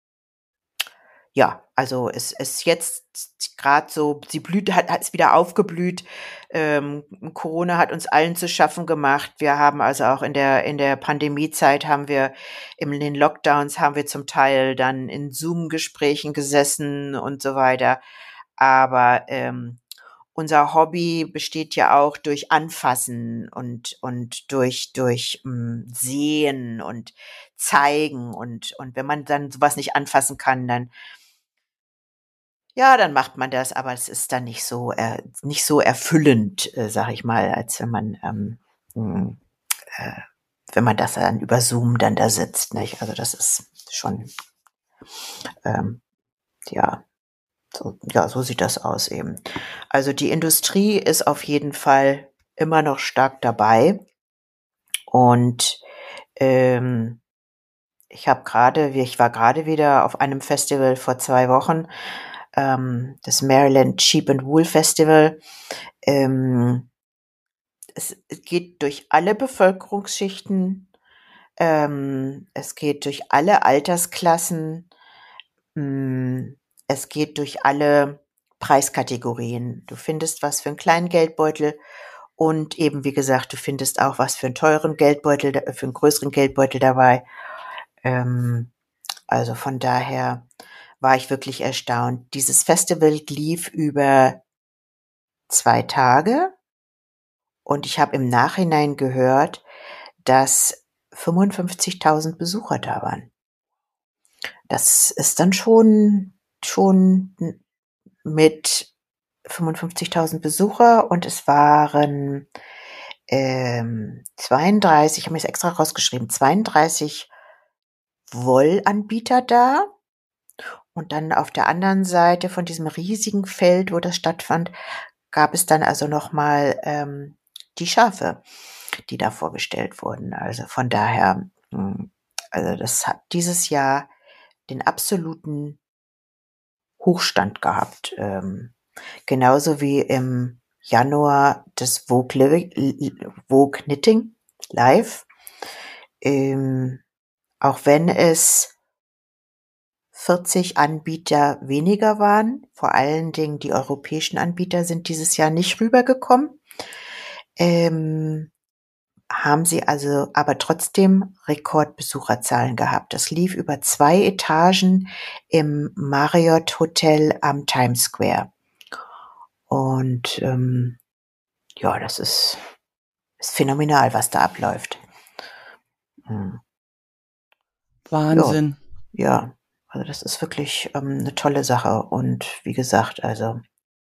ja, also es ist jetzt gerade so, sie blüht, hat, hat es wieder aufgeblüht. Ähm, Corona hat uns allen zu schaffen gemacht. Wir haben also auch in der in der Pandemiezeit haben wir in den Lockdowns haben wir zum Teil dann in Zoom-Gesprächen gesessen und so weiter. Aber ähm, unser Hobby besteht ja auch durch Anfassen und und durch durch ähm, Sehen und Zeigen und und wenn man dann sowas nicht anfassen kann, dann ja, dann macht man das, aber es ist dann nicht so äh, nicht so erfüllend, äh, sage ich mal, als wenn man ähm, hm, äh, wenn man das dann über Zoom dann da sitzt, nicht? Also das ist schon, ähm, ja, so, ja, so sieht das aus eben. Also die Industrie ist auf jeden Fall immer noch stark dabei und ähm, ich habe gerade, ich war gerade wieder auf einem Festival vor zwei Wochen, ähm, das Maryland Sheep and Wool Festival. Ähm, es geht durch alle Bevölkerungsschichten, ähm, es geht durch alle Altersklassen, hm, es geht durch alle Preiskategorien. Du findest was für einen kleinen Geldbeutel und eben, wie gesagt, du findest auch was für einen teuren Geldbeutel, da für einen größeren Geldbeutel dabei. Ähm, also von daher war ich wirklich erstaunt. Dieses Festival lief über zwei Tage und ich habe im Nachhinein gehört, dass fünfundfünfzigtausend Besucher da waren. Das ist dann schon schon mit fünfundfünfzigtausend Besucher und es waren ähm, zweiunddreißig, ich habe mir das extra rausgeschrieben, zweiunddreißig Wollanbieter da und dann auf der anderen Seite von diesem riesigen Feld, wo das stattfand, gab es dann also nochmal ähm, die Schafe, die da vorgestellt wurden. Also von daher, mh, also das hat dieses Jahr den absoluten Hochstand gehabt. Ähm, genauso wie im Januar das Vogue, Living, Vogue Knitting Live. Ähm, auch wenn es vierzig Anbieter weniger waren, vor allen Dingen die europäischen Anbieter sind dieses Jahr nicht rübergekommen. ähm, haben sie also aber trotzdem Rekordbesucherzahlen gehabt. Das lief über zwei Etagen im Marriott Hotel am Times Square. Und ähm, ja, das ist, ist phänomenal, was da abläuft. Hm. Ja, Wahnsinn. ja, also das ist wirklich ähm, eine tolle Sache. Und wie gesagt, also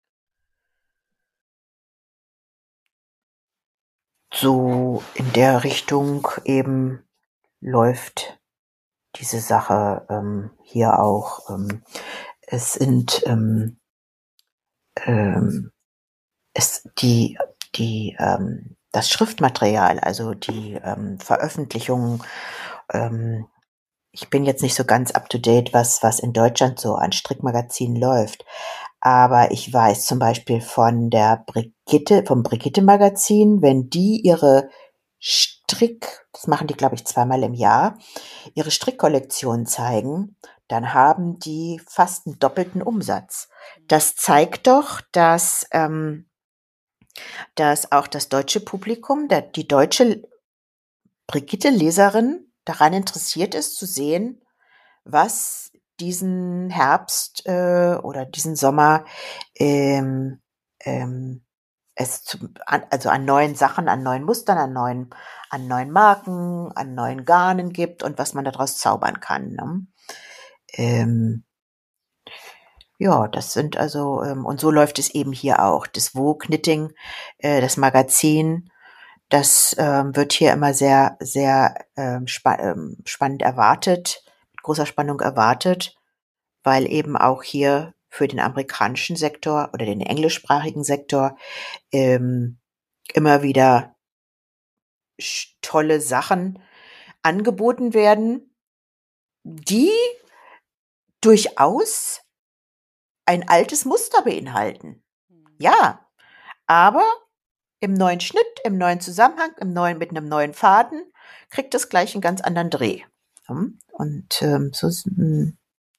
so in der Richtung eben läuft diese Sache ähm, hier auch. Ähm, es sind ähm, ähm, es die die ähm, das Schriftmaterial, also die ähm, Veröffentlichungen. Ähm, ich bin jetzt nicht so ganz up to date, was was in Deutschland so an Strickmagazinen läuft. Aber ich weiß zum Beispiel von der Brigitte, vom Brigitte-Magazin, wenn die ihre Strick, das machen die, glaube ich, zweimal im Jahr, ihre Strickkollektion zeigen, dann haben die fast einen doppelten Umsatz. Das zeigt doch, dass, ähm, dass auch das deutsche Publikum, der, die deutsche Brigitte-Leserin daran interessiert ist, zu sehen, was diesen Herbst äh, oder diesen Sommer ähm, ähm, es zu, an, also an neuen Sachen, an neuen Mustern, an neuen, an neuen Marken, an neuen Garnen gibt und was man daraus zaubern kann. Ne? Ähm, ja, das sind also, ähm, und so läuft es eben hier auch. Das Vogue Knitting, äh, das Magazin, das ähm, wird hier immer sehr, sehr ähm, spa ähm, spannend erwartet, mit großer Spannung erwartet, weil eben auch hier für den amerikanischen Sektor oder den englischsprachigen Sektor ähm, immer wieder sch- tolle Sachen angeboten werden, die durchaus ein altes Muster beinhalten. Ja, aber im neuen Schnitt, im neuen Zusammenhang, im neuen, mit einem neuen Faden kriegt das gleich einen ganz anderen Dreh. Hm? Und ähm, so ist, hm,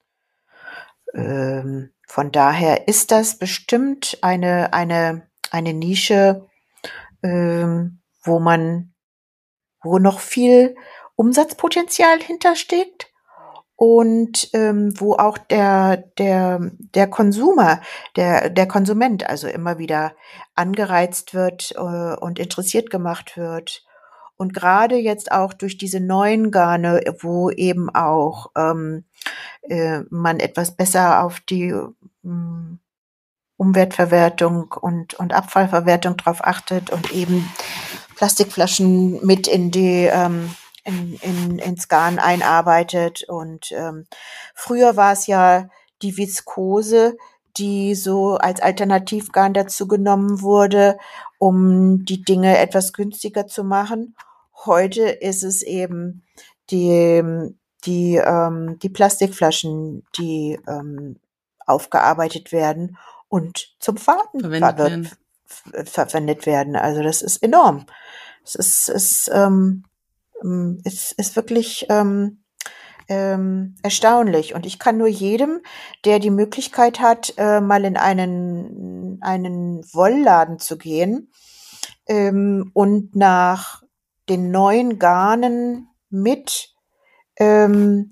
ähm, von daher ist das bestimmt eine, eine, eine Nische, ähm, wo man, wo noch viel Umsatzpotenzial hintersteckt und ähm, wo auch der der der Konsumer, der der Konsument also immer wieder angereizt wird äh, und interessiert gemacht wird. Und gerade jetzt auch durch diese neuen Garne, wo eben auch ähm, äh, man etwas besser auf die ähm, Umweltverwertung und und Abfallverwertung drauf achtet und eben Plastikflaschen mit in die ähm, in, in, ins Garn einarbeitet. Und ähm, früher war es ja die Viskose, die so als Alternativgarn dazu genommen wurde, um die Dinge etwas günstiger zu machen. Heute ist es eben die, die, ähm, die Plastikflaschen, die ähm, aufgearbeitet werden und zum Faden ver Verwendet wird, werden. verwendet werden. Also das ist enorm. Es ist, ist, ähm, ähm, ist, ist wirklich ähm, ähm, erstaunlich. Und ich kann nur jedem, der die Möglichkeit hat, äh, mal in einen, einen Wollladen zu gehen ähm, und nach den neuen Garnen mit ähm,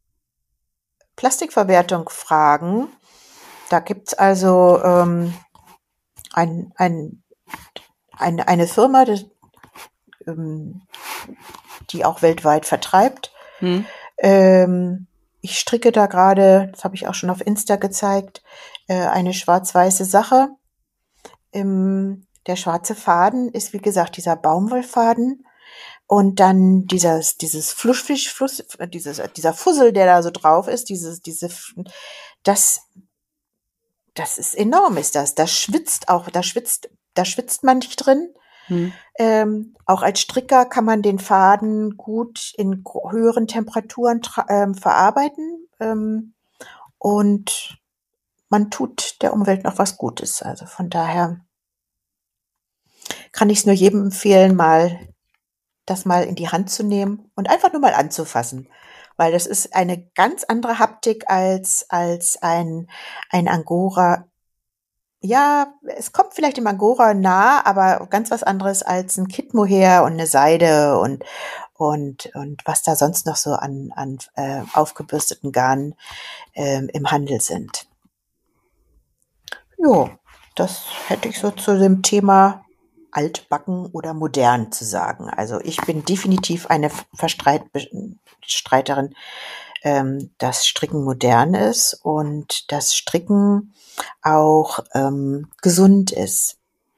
Plastikverwertung fragen. Da gibt's also ähm, ein, ein, eine, eine Firma, das, ähm, die auch weltweit vertreibt. Hm? Ähm, ich stricke da gerade, das habe ich auch schon auf Insta gezeigt, äh, eine schwarz-weiße Sache. Ähm, der schwarze Faden ist, wie gesagt, dieser Baumwollfaden. Und dann dieses, dieses Flusch, Flusch, Fluss, dieses, dieser Fussel, der da so drauf ist, dieses, diese, das, das ist enorm, ist das. Das schwitzt auch, da schwitzt, da schwitzt man nicht drin. Hm. Ähm, auch als Stricker kann man den Faden gut in höheren Temperaturen ähm, verarbeiten ähm, und man tut der Umwelt noch was Gutes. Also von daher kann ich es nur jedem empfehlen, mal das mal in die Hand zu nehmen und einfach nur mal anzufassen, weil das ist eine ganz andere Haptik als als ein ein Angora ja, es kommt vielleicht dem Angora nah, aber ganz was anderes als ein Kit-Mohair und eine Seide und und und was da sonst noch so an an äh, aufgebürsteten Garnen ähm, im Handel sind. Jo, das hätte ich so zu dem Thema altbacken oder modern zu sagen. Also ich bin definitiv eine Verstreit Streiterin, ähm, dass Stricken modern ist und dass Stricken auch ähm, gesund ist.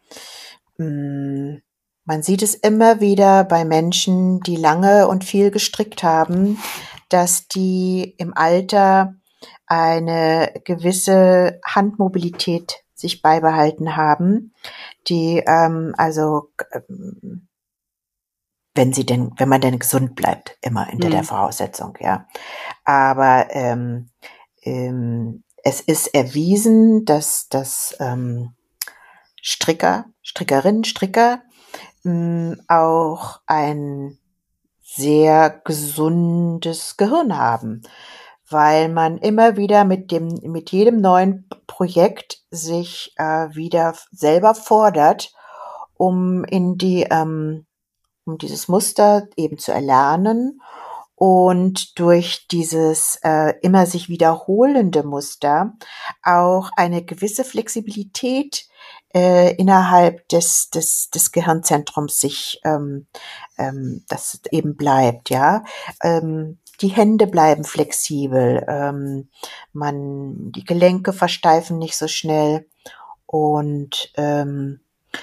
Mm, Man sieht es immer wieder bei Menschen, die lange und viel gestrickt haben, dass die im Alter eine gewisse Handmobilität sich beibehalten haben, die ähm, also ähm, wenn sie denn, wenn man denn gesund bleibt, immer hinter der Hm. Voraussetzung, ja. Aber ähm, ähm, es ist erwiesen, dass dass ähm, Stricker, Strickerinnen, Stricker mh, auch ein sehr gesundes Gehirn haben, weil man immer wieder mit dem, mit jedem neuen Projekt sich äh, wieder selber fordert, um in die, ähm, um dieses Muster eben zu erlernen und durch dieses äh, immer sich wiederholende Muster auch eine gewisse Flexibilität äh, innerhalb des, des, des Gehirnzentrums sich, ähm, ähm, das eben bleibt, ja. Ähm, die Hände bleiben flexibel, ähm, man, die Gelenke versteifen nicht so schnell und ähm,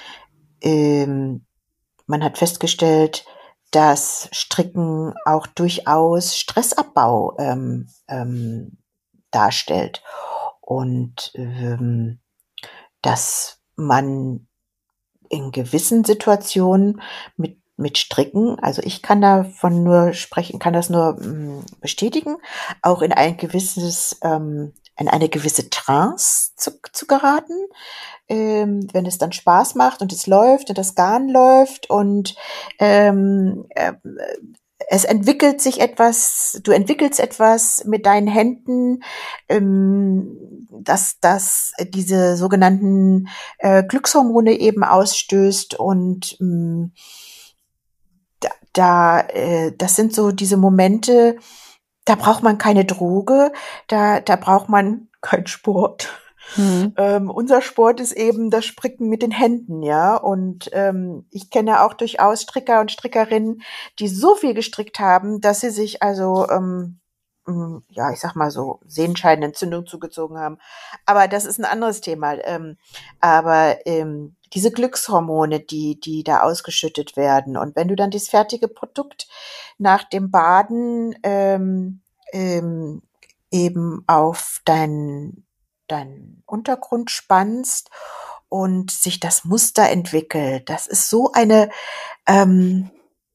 ähm, man hat festgestellt, dass Stricken auch durchaus Stressabbau ähm, ähm, darstellt und ähm, dass man in gewissen Situationen mit mit Stricken, also ich kann davon nur sprechen, kann das nur mh, bestätigen, auch in ein gewisses, ähm, in eine gewisse Trance zu, zu geraten, ähm, wenn es dann Spaß macht und es läuft und das Garn läuft und ähm, äh, es entwickelt sich etwas, du entwickelst etwas mit deinen Händen, ähm, dass das diese sogenannten äh, Glückshormone eben ausstößt und ähm, da, da äh, das sind so diese Momente, da braucht man keine Droge, da da braucht man keinen Sport. Hm. Ähm, unser Sport ist eben das Stricken mit den Händen, ja. Und ähm, ich kenne auch durchaus Stricker und Strickerinnen, die so viel gestrickt haben, dass sie sich also, ähm, ähm, ja, ich sag mal so, Sehenscheidenentzündung zugezogen haben. Aber das ist ein anderes Thema. Ähm, aber ähm, diese Glückshormone, die, die da ausgeschüttet werden. Und wenn du dann das fertige Produkt nach dem Baden ähm, ähm, eben auf dein deinen Untergrund spannst und sich das Muster entwickelt. Das ist so eine, ähm,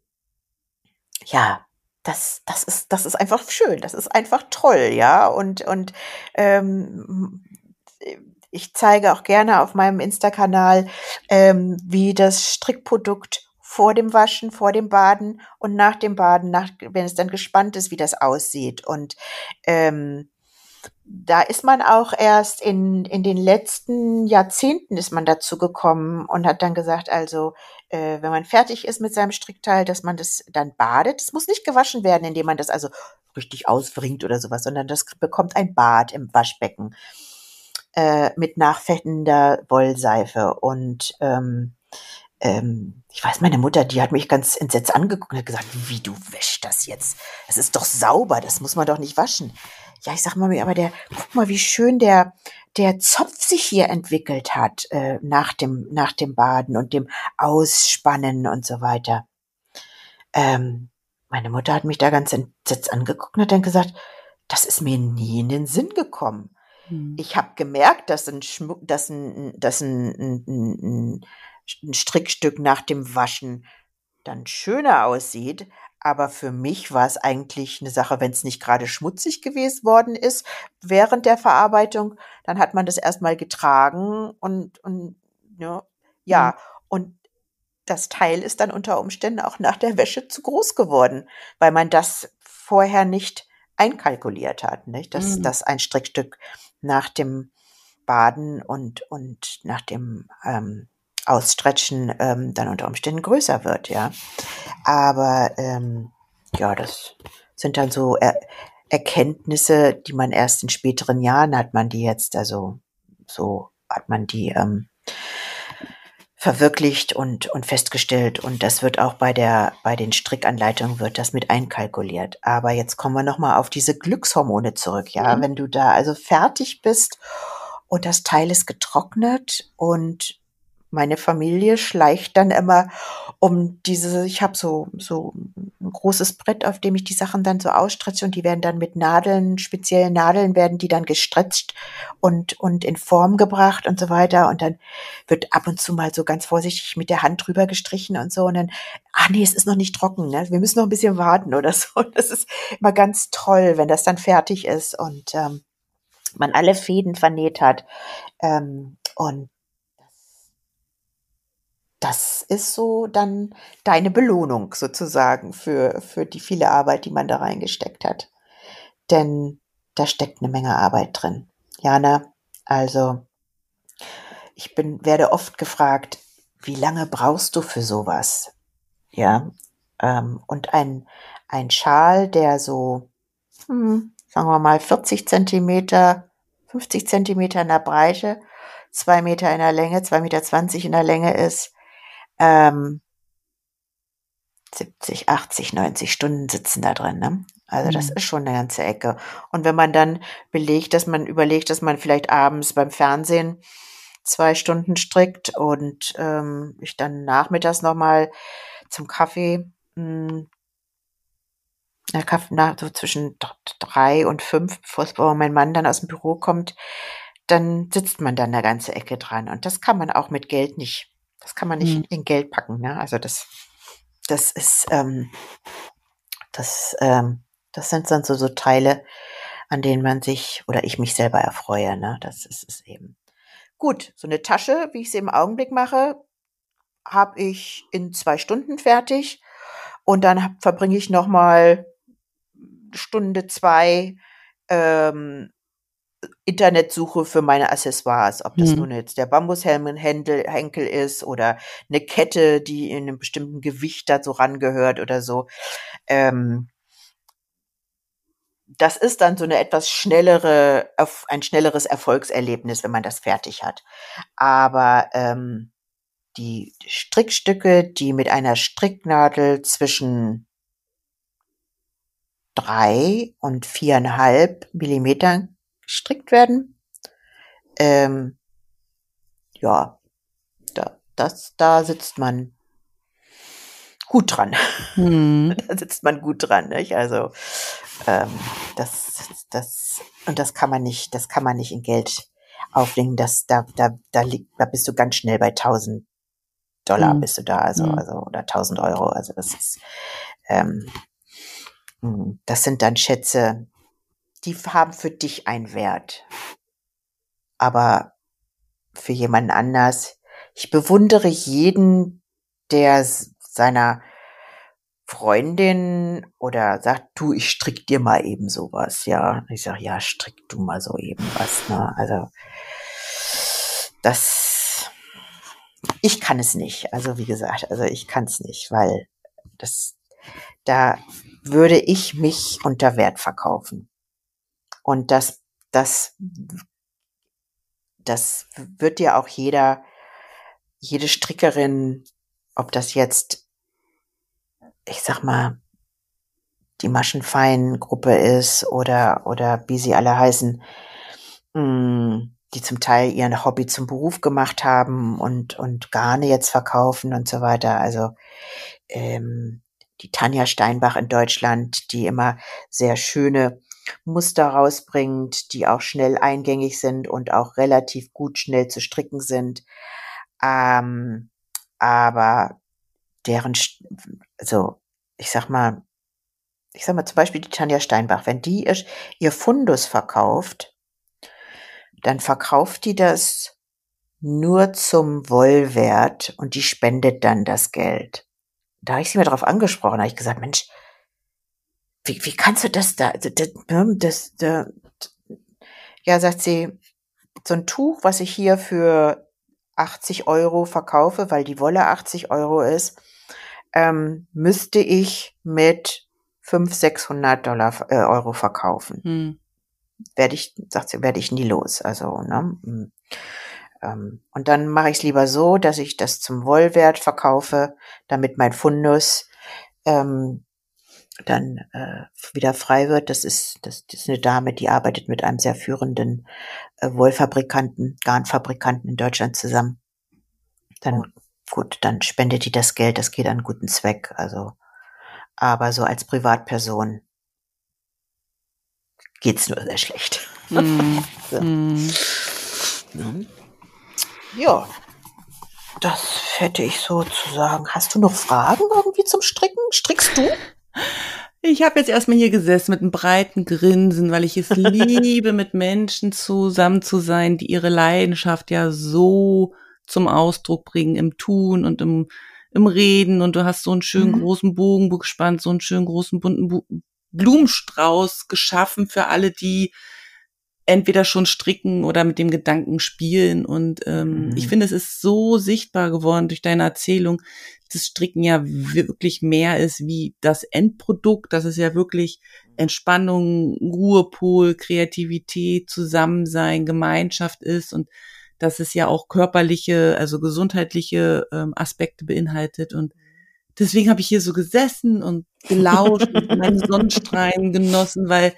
ja, das, das ist, das ist einfach schön. Das ist einfach toll, ja. Und, und ähm, ich zeige auch gerne auf meinem Insta-Kanal, ähm, wie das Strickprodukt vor dem Waschen, vor dem Baden und nach dem Baden, nach, wenn es dann gespannt ist, wie das aussieht. Und ähm, da ist man auch erst in, in den letzten Jahrzehnten ist man dazu gekommen und hat dann gesagt, also äh, wenn man fertig ist mit seinem Strickteil, dass man das dann badet. Es muss nicht gewaschen werden, indem man das also richtig auswringt oder sowas, sondern das bekommt ein Bad im Waschbecken äh, mit nachfettender Wollseife. Und ähm, ähm, ich weiß, meine Mutter, die hat mich ganz entsetzt angeguckt und hat gesagt, wie, du wäschst das jetzt? Das ist doch sauber, das muss man doch nicht waschen. Ja, ich sag mal, aber der, guck mal, wie schön der, der Zopf sich hier entwickelt hat äh, nach dem, nach dem Baden und dem Ausspannen und so weiter. Ähm, meine Mutter hat mich da ganz entsetzt angeguckt und hat dann gesagt, das ist mir nie in den Sinn gekommen. Hm. Ich habe gemerkt, dass ein, Schmuck, dass ein, dass ein, ein, ein, ein Strickstück nach dem Waschen dann schöner aussieht. Aber für mich war es eigentlich eine Sache, wenn es nicht gerade schmutzig gewesen worden ist während der Verarbeitung, dann hat man das erstmal getragen und, und ja, Hm. ja, und das Teil ist dann unter Umständen auch nach der Wäsche zu groß geworden, weil man das vorher nicht einkalkuliert hat, nicht? Dass, Hm. dass ein Strickstück nach dem Baden und, und nach dem ähm, Ausstretchen ähm, dann unter Umständen größer wird, ja. Aber ähm, ja, das sind dann so er Erkenntnisse, die man erst in späteren Jahren hat man die jetzt, also so hat man die ähm, verwirklicht und, und festgestellt. Und das wird auch bei der, bei den Strickanleitungen wird das mit einkalkuliert. Aber jetzt kommen wir nochmal auf diese Glückshormone zurück, ja. Mhm. Wenn du da also fertig bist und das Teil ist getrocknet und meine Familie schleicht dann immer um diese, ich habe so, so ein großes Brett, auf dem ich die Sachen dann so ausstretche und die werden dann mit Nadeln, speziellen Nadeln werden die dann gestretcht und, und in Form gebracht und so weiter. Und dann wird ab und zu mal so ganz vorsichtig mit der Hand drüber gestrichen und so. Und dann, ach nee, es ist noch nicht trocken, ne? Wir müssen noch ein bisschen warten oder so. Das ist immer ganz toll, wenn das dann fertig ist und ähm, man alle Fäden vernäht hat. Ähm, und das ist so dann deine Belohnung sozusagen für, für die viele Arbeit, die man da reingesteckt hat. Denn da steckt eine Menge Arbeit drin. Jana, also ich bin, werde oft gefragt, wie lange brauchst du für sowas? Ja, ähm, und ein, ein Schal, der so, hm, sagen wir mal, vierzig Zentimeter, fünfzig Zentimeter in der Breite, zwei Meter in der Länge, zwei Meter zwanzig in der Länge ist, ähm, siebzig, achtzig, neunzig Stunden sitzen da drin, ne? Also das Mhm. ist schon eine ganze Ecke. Und wenn man dann belegt, dass man überlegt, dass man vielleicht abends beim Fernsehen zwei Stunden strickt und ähm, ich dann nachmittags nochmal zum Kaffee, mh, na, Kaffee na, so zwischen d- drei und fünf, bevor mein Mann dann aus dem Büro kommt, dann sitzt man dann eine ganze Ecke dran. Und das kann man auch mit Geld nicht, das kann man nicht Mhm. in, in Geld packen, ne? Also das, das ist, ähm, Das, ähm, das sind dann so, so Teile, an denen man sich oder ich mich selber erfreue. Ne? Das ist es eben. Gut, so eine Tasche, wie ich sie im Augenblick mache, habe ich in zwei Stunden fertig und dann hab, verbringe ich noch mal Stunde zwei ähm, Internetsuche für meine Accessoires, ob das Mhm. nun jetzt der Bambushelmenhändel Henkel ist oder eine Kette, die in einem bestimmten Gewicht dazu rangehört oder so. Ähm, Das ist dann so eine etwas schnellere Erf ein schnelleres Erfolgserlebnis, wenn man das fertig hat. Aber, ähm, die Strickstücke, die mit einer Stricknadel zwischen drei und viereinhalb Millimetern gestrickt werden, ähm, ja, da das da sitzt man gut dran. Mhm. Da sitzt man gut dran, nicht? Also, ähm, das das und das kann man nicht das kann man nicht in Geld aufwiegen. Das da da da liegt da bist du ganz schnell bei tausend Dollar Mhm. bist du da, also Mhm. also oder tausend Euro. Also, das ist, ähm hm, das sind dann Schätze, die haben für dich einen Wert, aber für jemanden anders ich bewundere jeden, der s seiner Freundin oder sagt: „Du, ich stricke dir mal eben sowas, ja?“ Ich sage: „Ja, strick du mal so eben was“, ne? Also, das ich kann es nicht. Also, wie gesagt, also, ich kann es nicht, weil das da würde ich mich unter Wert verkaufen. Und das das das wird dir auch jeder jede Strickerin, ob das jetzt, ich sage mal, die Maschenfein-Gruppe ist oder oder wie sie alle heißen, hm, die zum Teil ihren Hobby zum Beruf gemacht haben und und Garne jetzt verkaufen und so weiter. Also, ähm, die Tanja Steinbach in Deutschland, die immer sehr schöne Muster rausbringt, die auch schnell eingängig sind und auch relativ gut schnell zu stricken sind. Ähm, aber deren st also, ich sage mal ich sage mal zum Beispiel die Tanja Steinbach, wenn die ihr ihr Fundus verkauft, dann verkauft die das nur zum Wollwert und die spendet dann das Geld. Da habe ich sie mal drauf angesprochen, da habe ich gesagt: „Mensch, wie wie kannst du das da d d ne, das da“ ja, sagt sie, so ein Tuch, was ich hier für achtzig Euro verkaufe, weil die Wolle achtzig Euro ist, ähm, müsste ich mit fünfhundert, sechshundert Dollar, äh, Euro verkaufen. Hm. Werde ich, sagt sie, werde ich nie los. Also, ne? Ähm, und dann mache ich es lieber so, dass ich das zum Wollwert verkaufe, damit mein Fundus ähm, dann äh, wieder frei wird. Das ist, das, das ist eine Dame, die arbeitet mit einem sehr führenden äh, Wollfabrikanten, Garnfabrikanten in Deutschland zusammen. Dann, gut, dann spendet die das Geld, das geht an einen guten Zweck. Also, aber so als Privatperson geht's nur sehr schlecht. Hm. So. Hm. Ja, das hätte ich so zu sagen. Hast du noch Fragen irgendwie zum Stricken? Strickst du? Ich habe jetzt erstmal hier gesessen mit einem breiten Grinsen, weil ich es liebe, mit Menschen zusammen zu sein, die ihre Leidenschaft ja so zum Ausdruck bringen im Tun und im, im Reden. Und du hast so einen schönen Mhm. großen Bogen gespannt, so einen schönen großen bunten Bu- Blumenstrauß geschaffen für alle, die entweder schon stricken oder mit dem Gedanken spielen. Und ähm, Mhm. ich finde, es ist so sichtbar geworden durch deine Erzählung, dass Stricken ja wirklich mehr ist wie das Endprodukt. Das ist ja wirklich Entspannung, Ruhepol, Kreativität, Zusammensein, Gemeinschaft ist und dass es ja auch körperliche, also gesundheitliche ähm, Aspekte beinhaltet. Und deswegen habe ich hier so gesessen und gelauscht und meine Sonnenstrahlen genossen, weil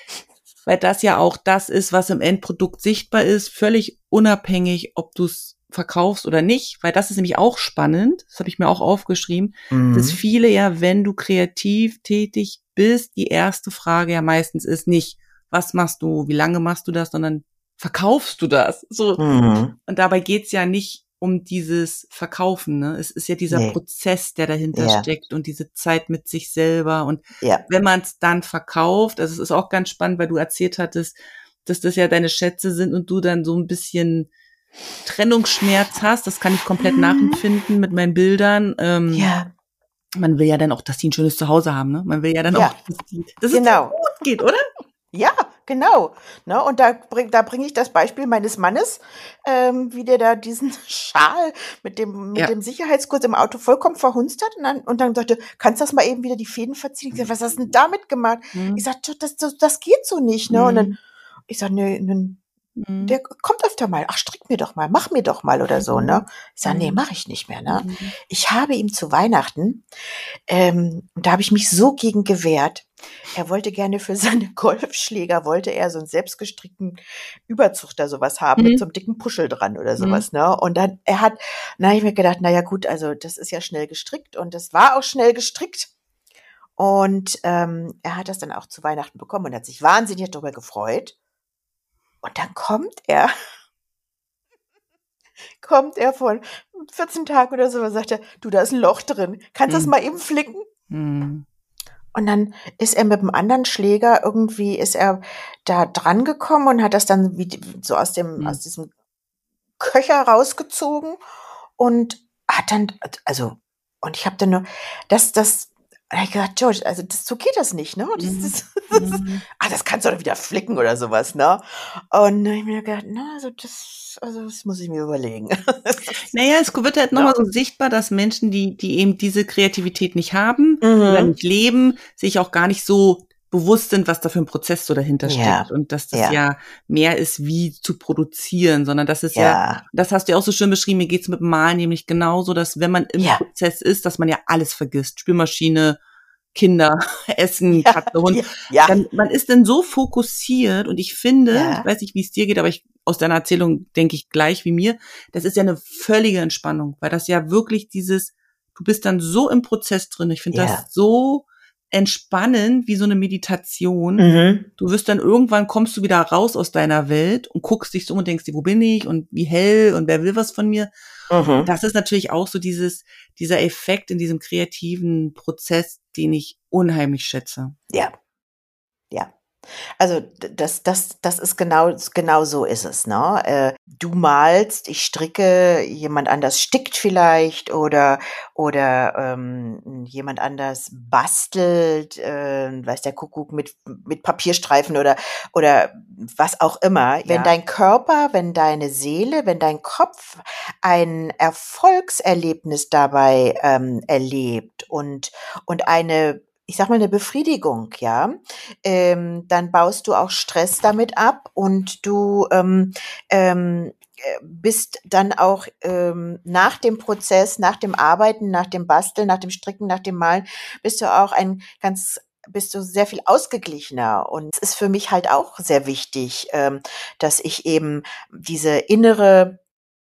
weil das ja auch das ist, was im Endprodukt sichtbar ist, völlig unabhängig, ob du es verkaufst oder nicht, weil das ist nämlich auch spannend, das habe ich mir auch aufgeschrieben, Mhm. dass viele ja, wenn du kreativ tätig bist, die erste Frage ja meistens ist nicht, was machst du, wie lange machst du das, sondern verkaufst du das? So. Mhm. Und dabei geht's ja nicht um dieses Verkaufen, ne? Es ist ja dieser Nee. Prozess, der dahinter Ja. steckt und diese Zeit mit sich selber. Und Ja. wenn man es dann verkauft, also es ist auch ganz spannend, weil du erzählt hattest, dass das ja deine Schätze sind und du dann so ein bisschen Trennungsschmerz hast. Das kann ich komplett nachempfinden mit meinen Bildern. Ähm, Ja. Man will ja dann auch, dass die ein schönes Zuhause haben, ne? Man will ja dann Ja. auch, dass, die, dass Genau. es dir gut geht, oder? Ja, genau. Ne, und da bring, da bringe ich das Beispiel meines Mannes, ähm, wie der da diesen Schal mit dem mit Ja. dem Sicherheitsgurt im Auto vollkommen verhunzt hat und dann und dann sagte, kannst du das mal eben wieder die Fäden verziehen? Ich sag, was hast du denn damit gemacht? Mhm. Ich sag, das, das, das geht so nicht, ne? Und dann, ich sag, ne, ne, Mhm. der kommt öfter mal, ach, strick mir doch mal, mach mir doch mal oder so, ne? Ich sag, nee, Mhm. mach ich nicht mehr, ne? Mhm. Ich habe ihm zu Weihnachten, ähm, da habe ich mich so gegen gewehrt. Er wollte gerne für seine Golfschläger, wollte er so einen selbstgestrickten Überzug da sowas haben Mhm. mit so einem dicken Puschel dran oder Mhm. sowas, ne? Und dann, er hat, na, hab ich mir gedacht, na ja gut, also das ist ja schnell gestrickt und das war auch schnell gestrickt. Und ähm, er hat das dann auch zu Weihnachten bekommen und hat sich wahnsinnig darüber gefreut. Und dann kommt er, kommt er von vierzehn Tagen oder so und sagt er, du, da ist ein Loch drin. Kannst du das Mhm. mal eben flicken? Mhm. Und dann ist er mit dem anderen Schläger irgendwie, ist er da dran gekommen und hat das dann wie, so aus dem, Mhm. aus diesem Köcher rausgezogen und hat dann, also, und ich habe dann nur, das, das, da hab ich gedacht, George, also das, so geht das nicht, ne? Das, das, das, Mhm. ah, das kannst du doch wieder flicken oder sowas, ne? Und dann hab ich mir gedacht, na, also das, also das muss ich mir überlegen. Naja, es wird halt Ja. nochmal so sichtbar, dass Menschen, die, die eben diese Kreativität nicht haben oder Mhm. nicht leben, sich auch gar nicht so bewusst sind, was da für ein Prozess so dahinter Ja. steckt und dass das Ja. ja mehr ist, wie zu produzieren, sondern das ist ja, Ja. das hast du ja auch so schön beschrieben, mir geht's mit dem Malen nämlich genauso, dass wenn man im Ja. Prozess ist, dass man ja alles vergisst. Spülmaschine, Kinder, Essen, Ja. Katze, Hund. Ja. Ja. Dann, man ist dann so fokussiert und ich finde, Ja. ich weiß nicht, wie es dir geht, aber ich, aus deiner Erzählung denke ich gleich wie mir, das ist ja eine völlige Entspannung, weil das ja wirklich dieses, du bist dann so im Prozess drin. Ich finde Ja. das so entspannend wie so eine Meditation. Mhm. Du wirst dann irgendwann, kommst du wieder raus aus deiner Welt und guckst dich so um und denkst dir, wo bin ich und wie hell und wer will was von mir? Mhm. Das ist natürlich auch so dieses, dieser Effekt in diesem kreativen Prozess, den ich unheimlich schätze. Ja. Ja. Also d das das das ist genau genau so ist es, ne? Äh, du malst, ich stricke, jemand anders stickt vielleicht oder oder, ähm, jemand anders bastelt, äh, weiß der Kuckuck mit mit Papierstreifen oder oder was auch immer. Wenn Ja. dein Körper, wenn deine Seele, wenn dein Kopf ein Erfolgserlebnis dabei, ähm, erlebt und und eine, ich sage mal, eine Befriedigung, ja, ähm, dann baust du auch Stress damit ab und du ähm, ähm, äh, bist dann auch ähm, nach dem Prozess, nach dem Arbeiten, nach dem Basteln, nach dem Stricken, nach dem Malen, bist du auch ein ganz bist du sehr viel ausgeglichener. Und es ist für mich halt auch sehr wichtig, ähm, dass ich eben diese innere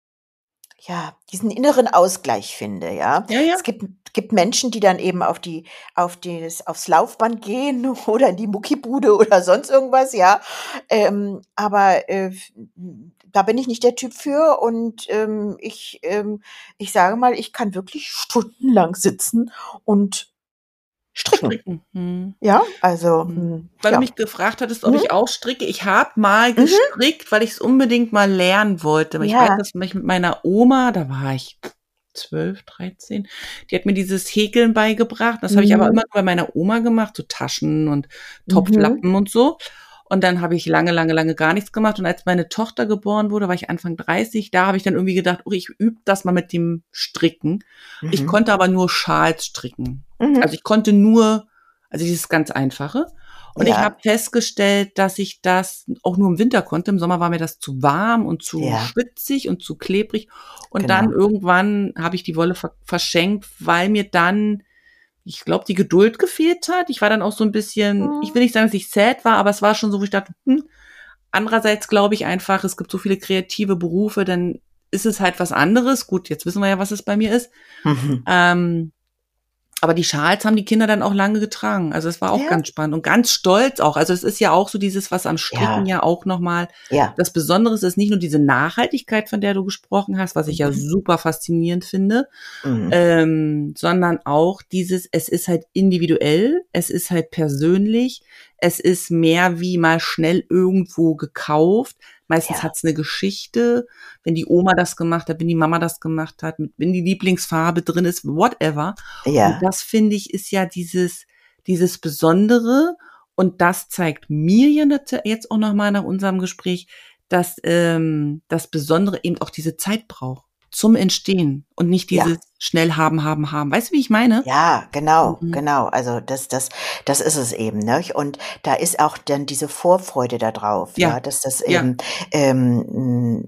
ja, diesen inneren Ausgleich finde, ja. Ja, Es ja. gibt gibt Menschen, die dann eben auf die auf das aufs Laufband gehen oder in die Muckibude oder sonst irgendwas, ja. Ähm, aber, äh, f da bin ich nicht der Typ für und, ähm, ich ähm, ich sage mal, ich kann wirklich stundenlang sitzen und stricken. Stricken. Mhm. Ja, also, Mhm. hm, Weil du ja. mich gefragt hattest, ob Mhm, ich auch stricke. Ich habe mal mhm, gestrickt, weil ich es unbedingt mal lernen wollte. Aber ich weiß, ja, dass mich mit meiner Oma, da war ich zwölf, dreizehn, die hat mir dieses Häkeln beigebracht. Das habe ich aber immer mhm, nur bei meiner Oma gemacht, so Taschen und mhm, Topflappen und so. Und dann habe ich lange, lange, lange gar nichts gemacht. Und als meine Tochter geboren wurde, war ich Anfang dreißig. Da habe ich dann irgendwie gedacht, oh, ich übe das mal mit dem Stricken. Ich mhm, konnte aber nur Schals stricken. Also mhm. ich konnte nur, also dieses ganz Einfache. Und ich habe Ja, festgestellt, dass ich das auch nur im Winter konnte. Im Sommer war mir das zu warm und zu ja, schwitzig und zu klebrig. Und dann genau. irgendwann habe ich die Wolle ver verschenkt, weil mir dann, ich glaube, die Geduld gefehlt hat. Ich war dann auch so ein bisschen, ich will Mhm. nicht sagen, dass ich sad war, aber es war schon so, wo ich dachte, hm, andererseits glaube ich einfach, es gibt so viele kreative Berufe, dann ist es halt was anderes. Gut, jetzt wissen wir ja, was es bei mir ist. Mhm. Ähm, aber die Schals haben die Kinder dann auch lange getragen. Also es war auch Ja, ganz spannend und ganz stolz auch. Also es ist ja auch so dieses, was am Stricken ja, ja auch nochmal ja. das Besondere ist, nicht nur diese Nachhaltigkeit, von der du gesprochen hast, was ich ja Mhm. super faszinierend finde, Mhm. ähm, sondern auch dieses, es ist halt individuell, es ist halt persönlich, es ist mehr wie mal schnell irgendwo gekauft. Meistens Ja, hat's eine Geschichte, wenn die Oma das gemacht hat, wenn die Mama das gemacht hat, mit, wenn die Lieblingsfarbe drin ist, whatever. Und ja, das finde ich ist ja dieses, dieses Besondere. Und das zeigt mir ja nat- jetzt auch nochmal nach unserem Gespräch, dass ähm, das Besondere eben auch diese Zeit braucht zum Entstehen und nicht ja. dieses schnell haben, haben, haben. Weißt du, wie ich meine? Ja, genau, Mhm. genau. Also das das das ist es eben, ne? Und da ist auch dann diese Vorfreude da drauf, Ja, ja, dass das ja, eben, ähm, hm,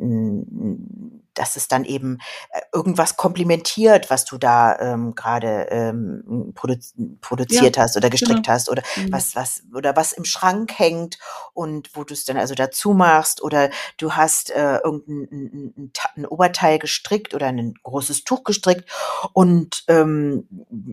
hm, dass es dann eben, äh, irgendwas komplimentiert, was du da, ähm, grade, ähm, produz ja, produziert hast oder genau. gestrickt hast oder Mhm. was was oder was im Schrank hängt und wo du's dann also dazu machst oder du hast, äh, irgend 'n 'n 'n Ta 'n Oberteil gestrickt oder 'nen großes Tuch gestrickt und, ähm,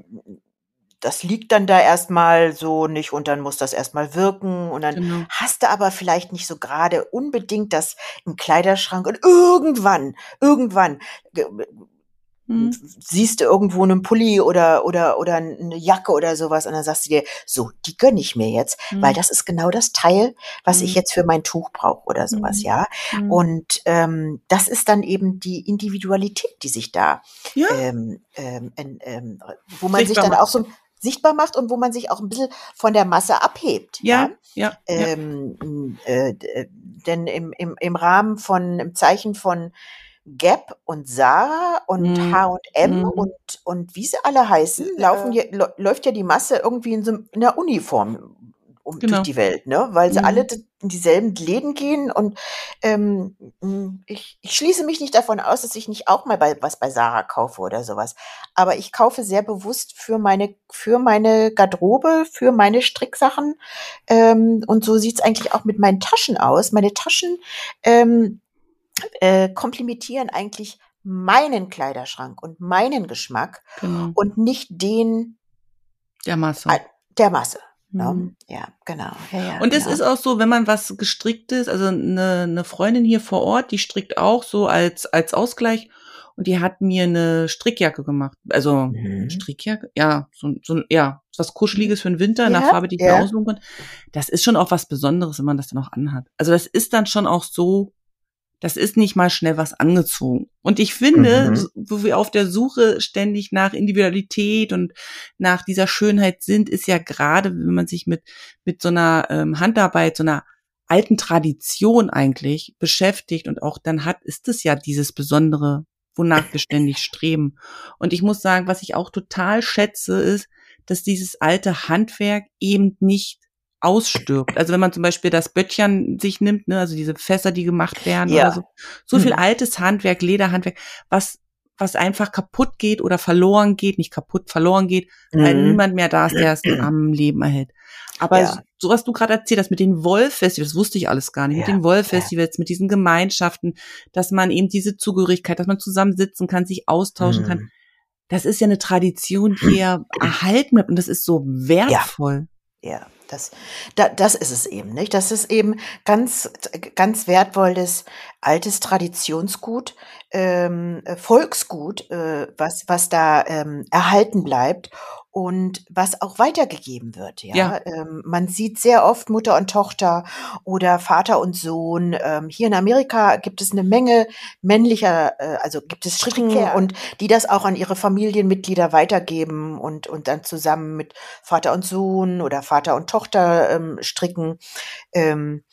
das liegt dann da erstmal so nicht und dann muss das erstmal wirken und dann Genau. hast du aber vielleicht nicht so gerade unbedingt das im Kleiderschrank und irgendwann, irgendwann ge Mhm. siehst du irgendwo 'nen Pulli oder oder oder 'ne Jacke oder so was und dann sagst du dir: „So, die gönne ich mir jetzt, weil Mhm. das ist genau das Teil, was ich Mhm. jetzt für mein Tuch brauche“ oder so was, Mhm. ja? Mhm. Und, ähm, das ist dann eben die Individualität, die sich da, Ja, ähm, ähm, en ähm, wo man sich sichtbar dann auch macht. so sichtbar macht und wo man sich auch 'n bisschen von der Masse abhebt, Ja, ja? ja, ja. Ähm, hm, äh, d äh, denn im im im Rahmen von im Zeichen von Gap und Zara und Mhm. H und M Mhm. und und wie sie alle heißen, laufen ja läu läuft ja die Masse irgendwie in so 'n in 'ner Uniform um durch Genau. die Welt, ne? Weil sie alle Mhm. d in dieselben Läden gehen und, ähm, hm, ich ich schließe mich nicht davon aus, dass ich nicht auch mal bei was bei Zara kaufe oder so was. Aber ich kaufe sehr bewusst für meine für meine Garderobe, für meine Stricksachen, ähm, und so sieht's eigentlich auch mit meinen Taschen aus. Meine Taschen, ähm äh, komplimentieren eigentlich meinen Kleiderschrank und meinen Geschmack Genau. und nicht den Der a Masse. der Masse, ne? Mhm. Ja, genau. Ja, ja, Und es genau. ist auch so, wenn man was Gestricktes, also eine 'ne Freundin hier vor Ort, die strickt auch so als als Ausgleich und die hat mir eine Strickjacke gemacht. Also Mhm. Strickjacke? Ja, so, so ja, was Kuscheliges für den Winter, in Ja, einer Farbe, die ich mir ja. aussuchen konnte. Das ist schon auch was Besonderes, wenn man das dann auch anhat. Also das ist dann schon auch so, das ist nicht mal schnell was angezogen. Und ich finde, Mhm. so- wo wir auf der Suche ständig nach Individualität und nach dieser Schönheit sind, ist ja gerade, wenn man sich mit mit so einer ähm, Handarbeit, so einer alten Tradition eigentlich beschäftigt und auch dann hat, ist es ja dieses Besondere, wonach wir ständig streben. Und ich muss sagen, was ich auch total schätze, ist, dass dieses alte Handwerk eben nicht ausstirbt. Also wenn man zum Beispiel das Böttchern sich nimmt, ne, also diese Fässer, die gemacht werden oder Ja. so, so viel Mhm. altes Handwerk, Lederhandwerk, was was einfach kaputt geht oder verloren geht, nicht kaputt, verloren geht, weil Mhm. niemand mehr da ist, der es am Leben erhält. Aber Ja. so, so was du gerade erzählt hast mit den Wollfestivals, das wusste ich alles gar nicht, mit Ja. den Wollfestivals, mit diesen Gemeinschaften, dass man eben diese Zugehörigkeit, dass man zusammen sitzen kann, sich austauschen kann, Mhm. das ist ja eine Tradition, die hier erhalten bleibt und das ist so Ja. wertvoll. Ja, das, da, das ist es eben, nicht? Das ist eben ganz, ganz wertvolles, altes Traditionsgut, ähm, äh, Volksgut, äh, was, was da ähm, erhalten bleibt und was auch weitergegeben wird, ja. Ja. Ähm, man sieht sehr oft Mutter und Tochter oder Vater und Sohn. Ähm, hier in Amerika gibt es eine Menge männlicher, äh, also gibt es Stricken Strickkerl. und die das auch an ihre Familienmitglieder weitergeben und, und dann zusammen mit Vater und Sohn oder Vater und Tochter ähm, stricken. Ähm,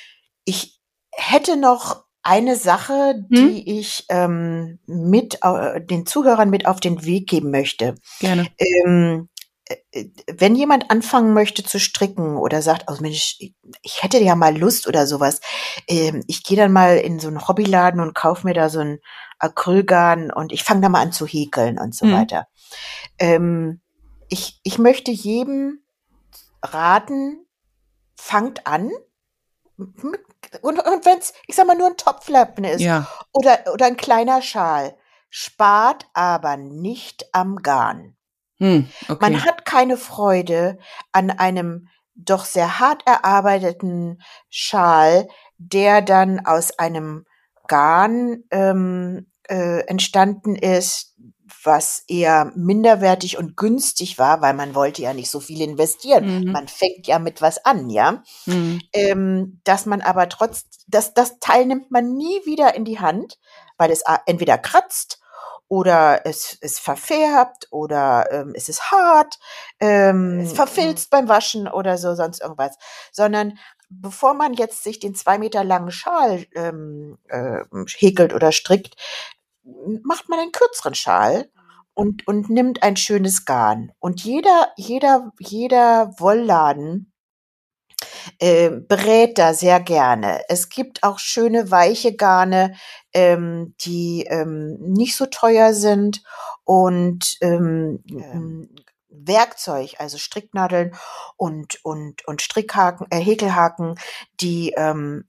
ich hätte noch eine Sache, Hm? die ich ähm, mit äh, den Zuhörern mit auf den Weg geben möchte. Gerne. Ähm, äh, äh, wenn jemand anfangen möchte zu stricken oder sagt, oh Mensch, ich, ich hätte ja mal Lust oder sowas, ähm, ich gehe dann mal in so einen Hobbyladen und kaufe mir da so ein Acrylgarn und ich fange da mal an zu häkeln und so Hm. weiter. Ähm, ich, ich möchte jedem raten, fangt an. Mit, und und wenn es, ich sag mal, nur ein Topflappen ist Ja. oder, oder ein kleiner Schal, spart aber nicht am Garn. Hm. Okay. Man hat keine Freude an einem doch sehr hart erarbeiteten Schal, der dann aus einem Garn ähm, äh, entstanden ist, was eher minderwertig und günstig war, weil man wollte ja nicht so viel investieren. Mhm. Man fängt ja mit was an, ja. Mhm. Ähm, dass man aber trotz, das, das Teil nimmt man nie wieder in die Hand, weil es a- entweder kratzt oder es ist verfärbt oder ähm, es ist hart, ähm, es verfilzt beim Waschen oder so, sonst irgendwas. Sondern bevor man jetzt sich den zwei Meter langen Schal ähm, äh, häkelt oder strickt, macht man einen kürzeren Schal und, und nimmt ein schönes Garn. Und jeder, jeder, jeder Wollladen äh, berät da sehr gerne. Es gibt auch schöne weiche Garne, ähm, die ähm, nicht so teuer sind und ähm, ähm, Werkzeug, also Stricknadeln und und und Strickhaken, äh, Häkelhaken, die ähm,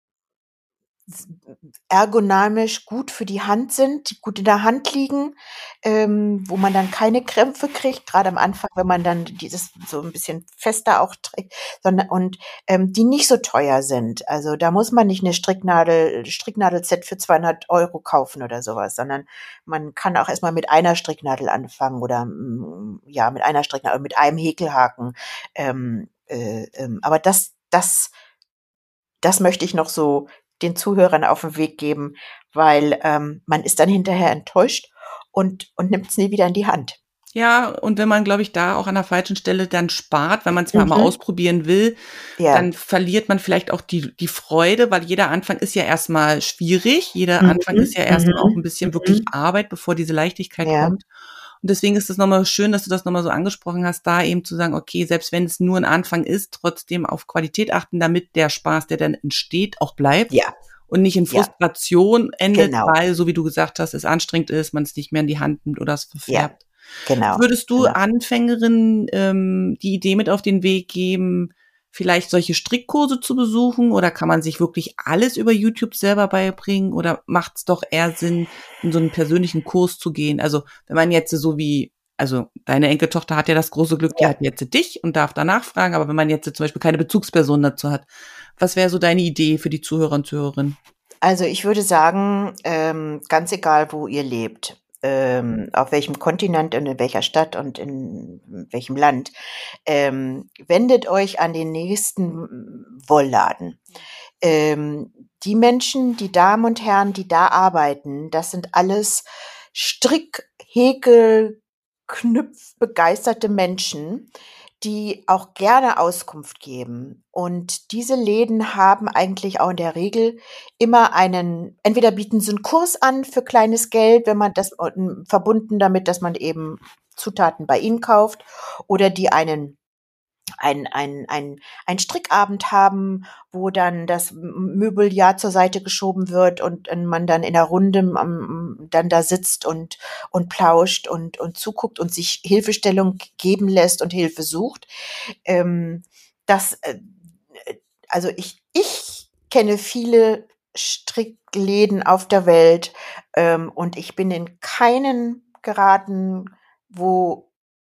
ergonomisch gut für die Hand sind, die gut in der Hand liegen, ähm, wo man dann keine Krämpfe kriegt, gerade am Anfang, wenn man dann dieses so ein bisschen fester auch trägt, sondern und ähm, die nicht so teuer sind. Also da muss man nicht eine Stricknadel, Stricknadelset für zweihundert Euro kaufen oder sowas, sondern man kann auch erstmal mit einer Stricknadel anfangen oder mm, ja mit einer Stricknadel, mit einem Häkelhaken. Ähm, äh, ähm, aber das, das das möchte ich noch so den Zuhörern auf den Weg geben, weil ähm, man ist dann hinterher enttäuscht und, und nimmt es nie wieder in die Hand. Ja, und wenn man, glaube ich, da auch an der falschen Stelle dann spart, wenn man es mal Mhm. mal ausprobieren will, Ja. dann verliert man vielleicht auch die, die Freude, weil jeder Anfang ist ja erstmal schwierig. Jeder Mhm. Anfang ist ja erstmal auch ein Mhm. bisschen wirklich Mhm. Arbeit, bevor diese Leichtigkeit Ja. kommt. Und deswegen ist es nochmal schön, dass du das nochmal so angesprochen hast, da eben zu sagen, okay, selbst wenn es nur ein Anfang ist, trotzdem auf Qualität achten, damit der Spaß, der dann entsteht, auch bleibt. Ja. Und nicht in Ja. Frustration endet, Genau. weil, so wie du gesagt hast, es anstrengend ist, man es nicht mehr in die Hand nimmt oder es verfärbt. Genau. Würdest du Genau. Anfängerinnen ähm, die Idee mit auf den Weg geben, vielleicht solche Strickkurse zu besuchen, oder kann man sich wirklich alles über YouTube selber beibringen, oder macht es doch eher Sinn, in so einen persönlichen Kurs zu gehen? Also wenn man jetzt so wie, also deine Enkeltochter hat ja das große Glück, die Ja. hat jetzt dich und darf danach fragen, aber wenn man jetzt zum Beispiel keine Bezugsperson dazu hat, was wäre so deine Idee für die Zuhörer und Zuhörerinnen? Also ich würde sagen, ähm, ganz egal, wo ihr lebt, ähm, auf welchem Kontinent und in welcher Stadt und in welchem Land, ähm, wendet euch an den nächsten Wollladen. Ähm, die Menschen, die Damen und Herren, die da arbeiten, das sind alles Strick, Häkel, Knüpf begeisterte Menschen, die auch gerne Auskunft geben. Und diese Läden haben eigentlich auch in der Regel immer einen, entweder bieten sie einen Kurs an für kleines Geld, wenn man das äh, verbunden damit, dass man eben Zutaten bei ihnen kauft, oder die einen ein, ein, ein, ein Strickabend haben, wo dann das Möbeljahr zur Seite geschoben wird und, und man dann in der Runde um, dann da sitzt und, und plauscht und, und zuguckt und sich Hilfestellung geben lässt und Hilfe sucht. Ähm, das, äh, also ich, ich kenne viele Strickläden auf der Welt, ähm, und ich bin in keinen geraten, wo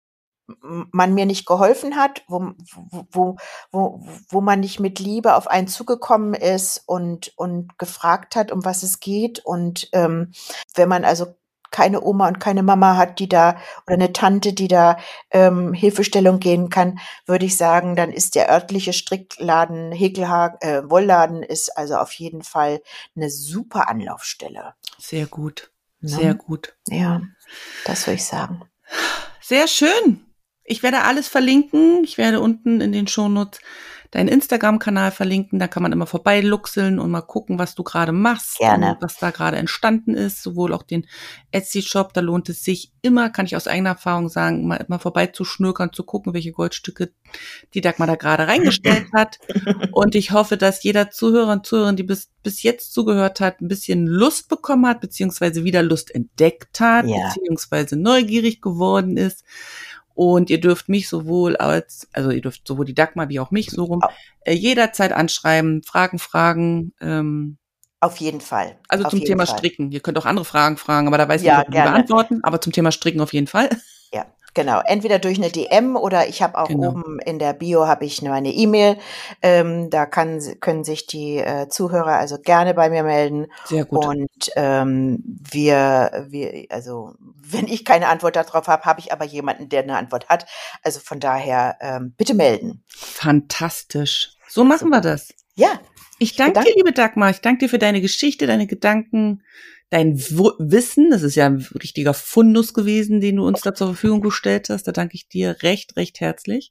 man mir nicht geholfen hat, wo, wo, wo, wo man nicht mit Liebe auf einen zugekommen ist und, und gefragt hat, um was es geht. Und ähm, wenn man also keine Oma und keine Mama hat, die da, oder eine Tante, die da ähm, Hilfestellung geben kann, würde ich sagen, dann ist der örtliche Strickladen, Häkelhagen, äh, Wollladen ist also auf jeden Fall eine super Anlaufstelle. Sehr gut, Ne? sehr gut. Ja, das würde ich sagen. Sehr schön. Ich werde alles verlinken. Ich werde unten in den Shownotes deinen Instagram-Kanal verlinken. Da kann man immer vorbeiluxeln und mal gucken, was du gerade machst. Gerne. Und was da gerade entstanden ist. Sowohl auch den Etsy-Shop. Da lohnt es sich immer, kann ich aus eigener Erfahrung sagen, mal immer vorbeizuschnökern, zu gucken, welche Goldstücke die Dagmar da gerade reingestellt hat. Und ich hoffe, dass jeder Zuhörer und Zuhörerin, die bis, bis jetzt zugehört hat, ein bisschen Lust bekommen hat, beziehungsweise wieder Lust entdeckt hat, Ja. beziehungsweise neugierig geworden ist. Und ihr dürft mich sowohl als, also ihr dürft sowohl die Dagmar wie auch mich so rum, äh, jederzeit anschreiben, Fragen, Fragen. Ähm, Auf jeden Fall. also auf zum jeden Thema Fall. Stricken. Ihr könnt auch andere Fragen fragen, aber da weiß ich Ja, nicht, ob die gerne. beantworten. Aber zum Thema Stricken auf jeden Fall. Ja, genau. Entweder durch eine D M oder ich habe auch Genau. oben in der Bio habe ich meine E-Mail. Ähm, da kann, können sich die äh, Zuhörer also gerne bei mir melden. Sehr gut. Und ähm, wir, wir, also wenn ich keine Antwort darauf habe, habe ich aber jemanden, der eine Antwort hat. Also von daher ähm, bitte melden. Fantastisch. So machen wir das. Ja. Ich danke dir, liebe Dagmar. Ich danke dir für deine Geschichte, deine Gedanken, dein W- Wissen. Das ist ja ein richtiger Fundus gewesen, den du uns da zur Verfügung gestellt hast. Da danke ich dir recht, recht herzlich.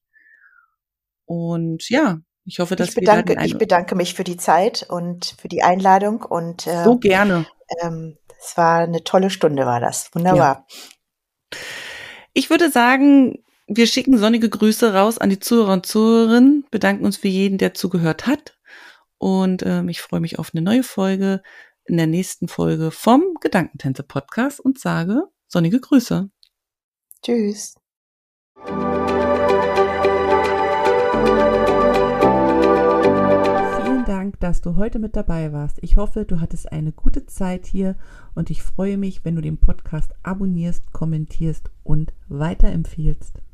Und ja, ich hoffe, dass Ich bedanke, wir dann ich bedanke mich für die Zeit und für die Einladung und äh, so gerne. Ähm, es war eine tolle Stunde, war das. Wunderbar. Ja. Ich würde sagen, wir schicken sonnige Grüße raus an die Zuhörer und Zuhörerinnen, bedanken uns für jeden, der zugehört hat. Und ähm, ich freue mich auf eine neue Folge in der nächsten Folge vom Gedankentänze-Podcast und sage sonnige Grüße. Tschüss. Vielen Dank, dass du heute mit dabei warst. Ich hoffe, du hattest eine gute Zeit hier und ich freue mich, wenn du den Podcast abonnierst, kommentierst und weiterempfiehlst.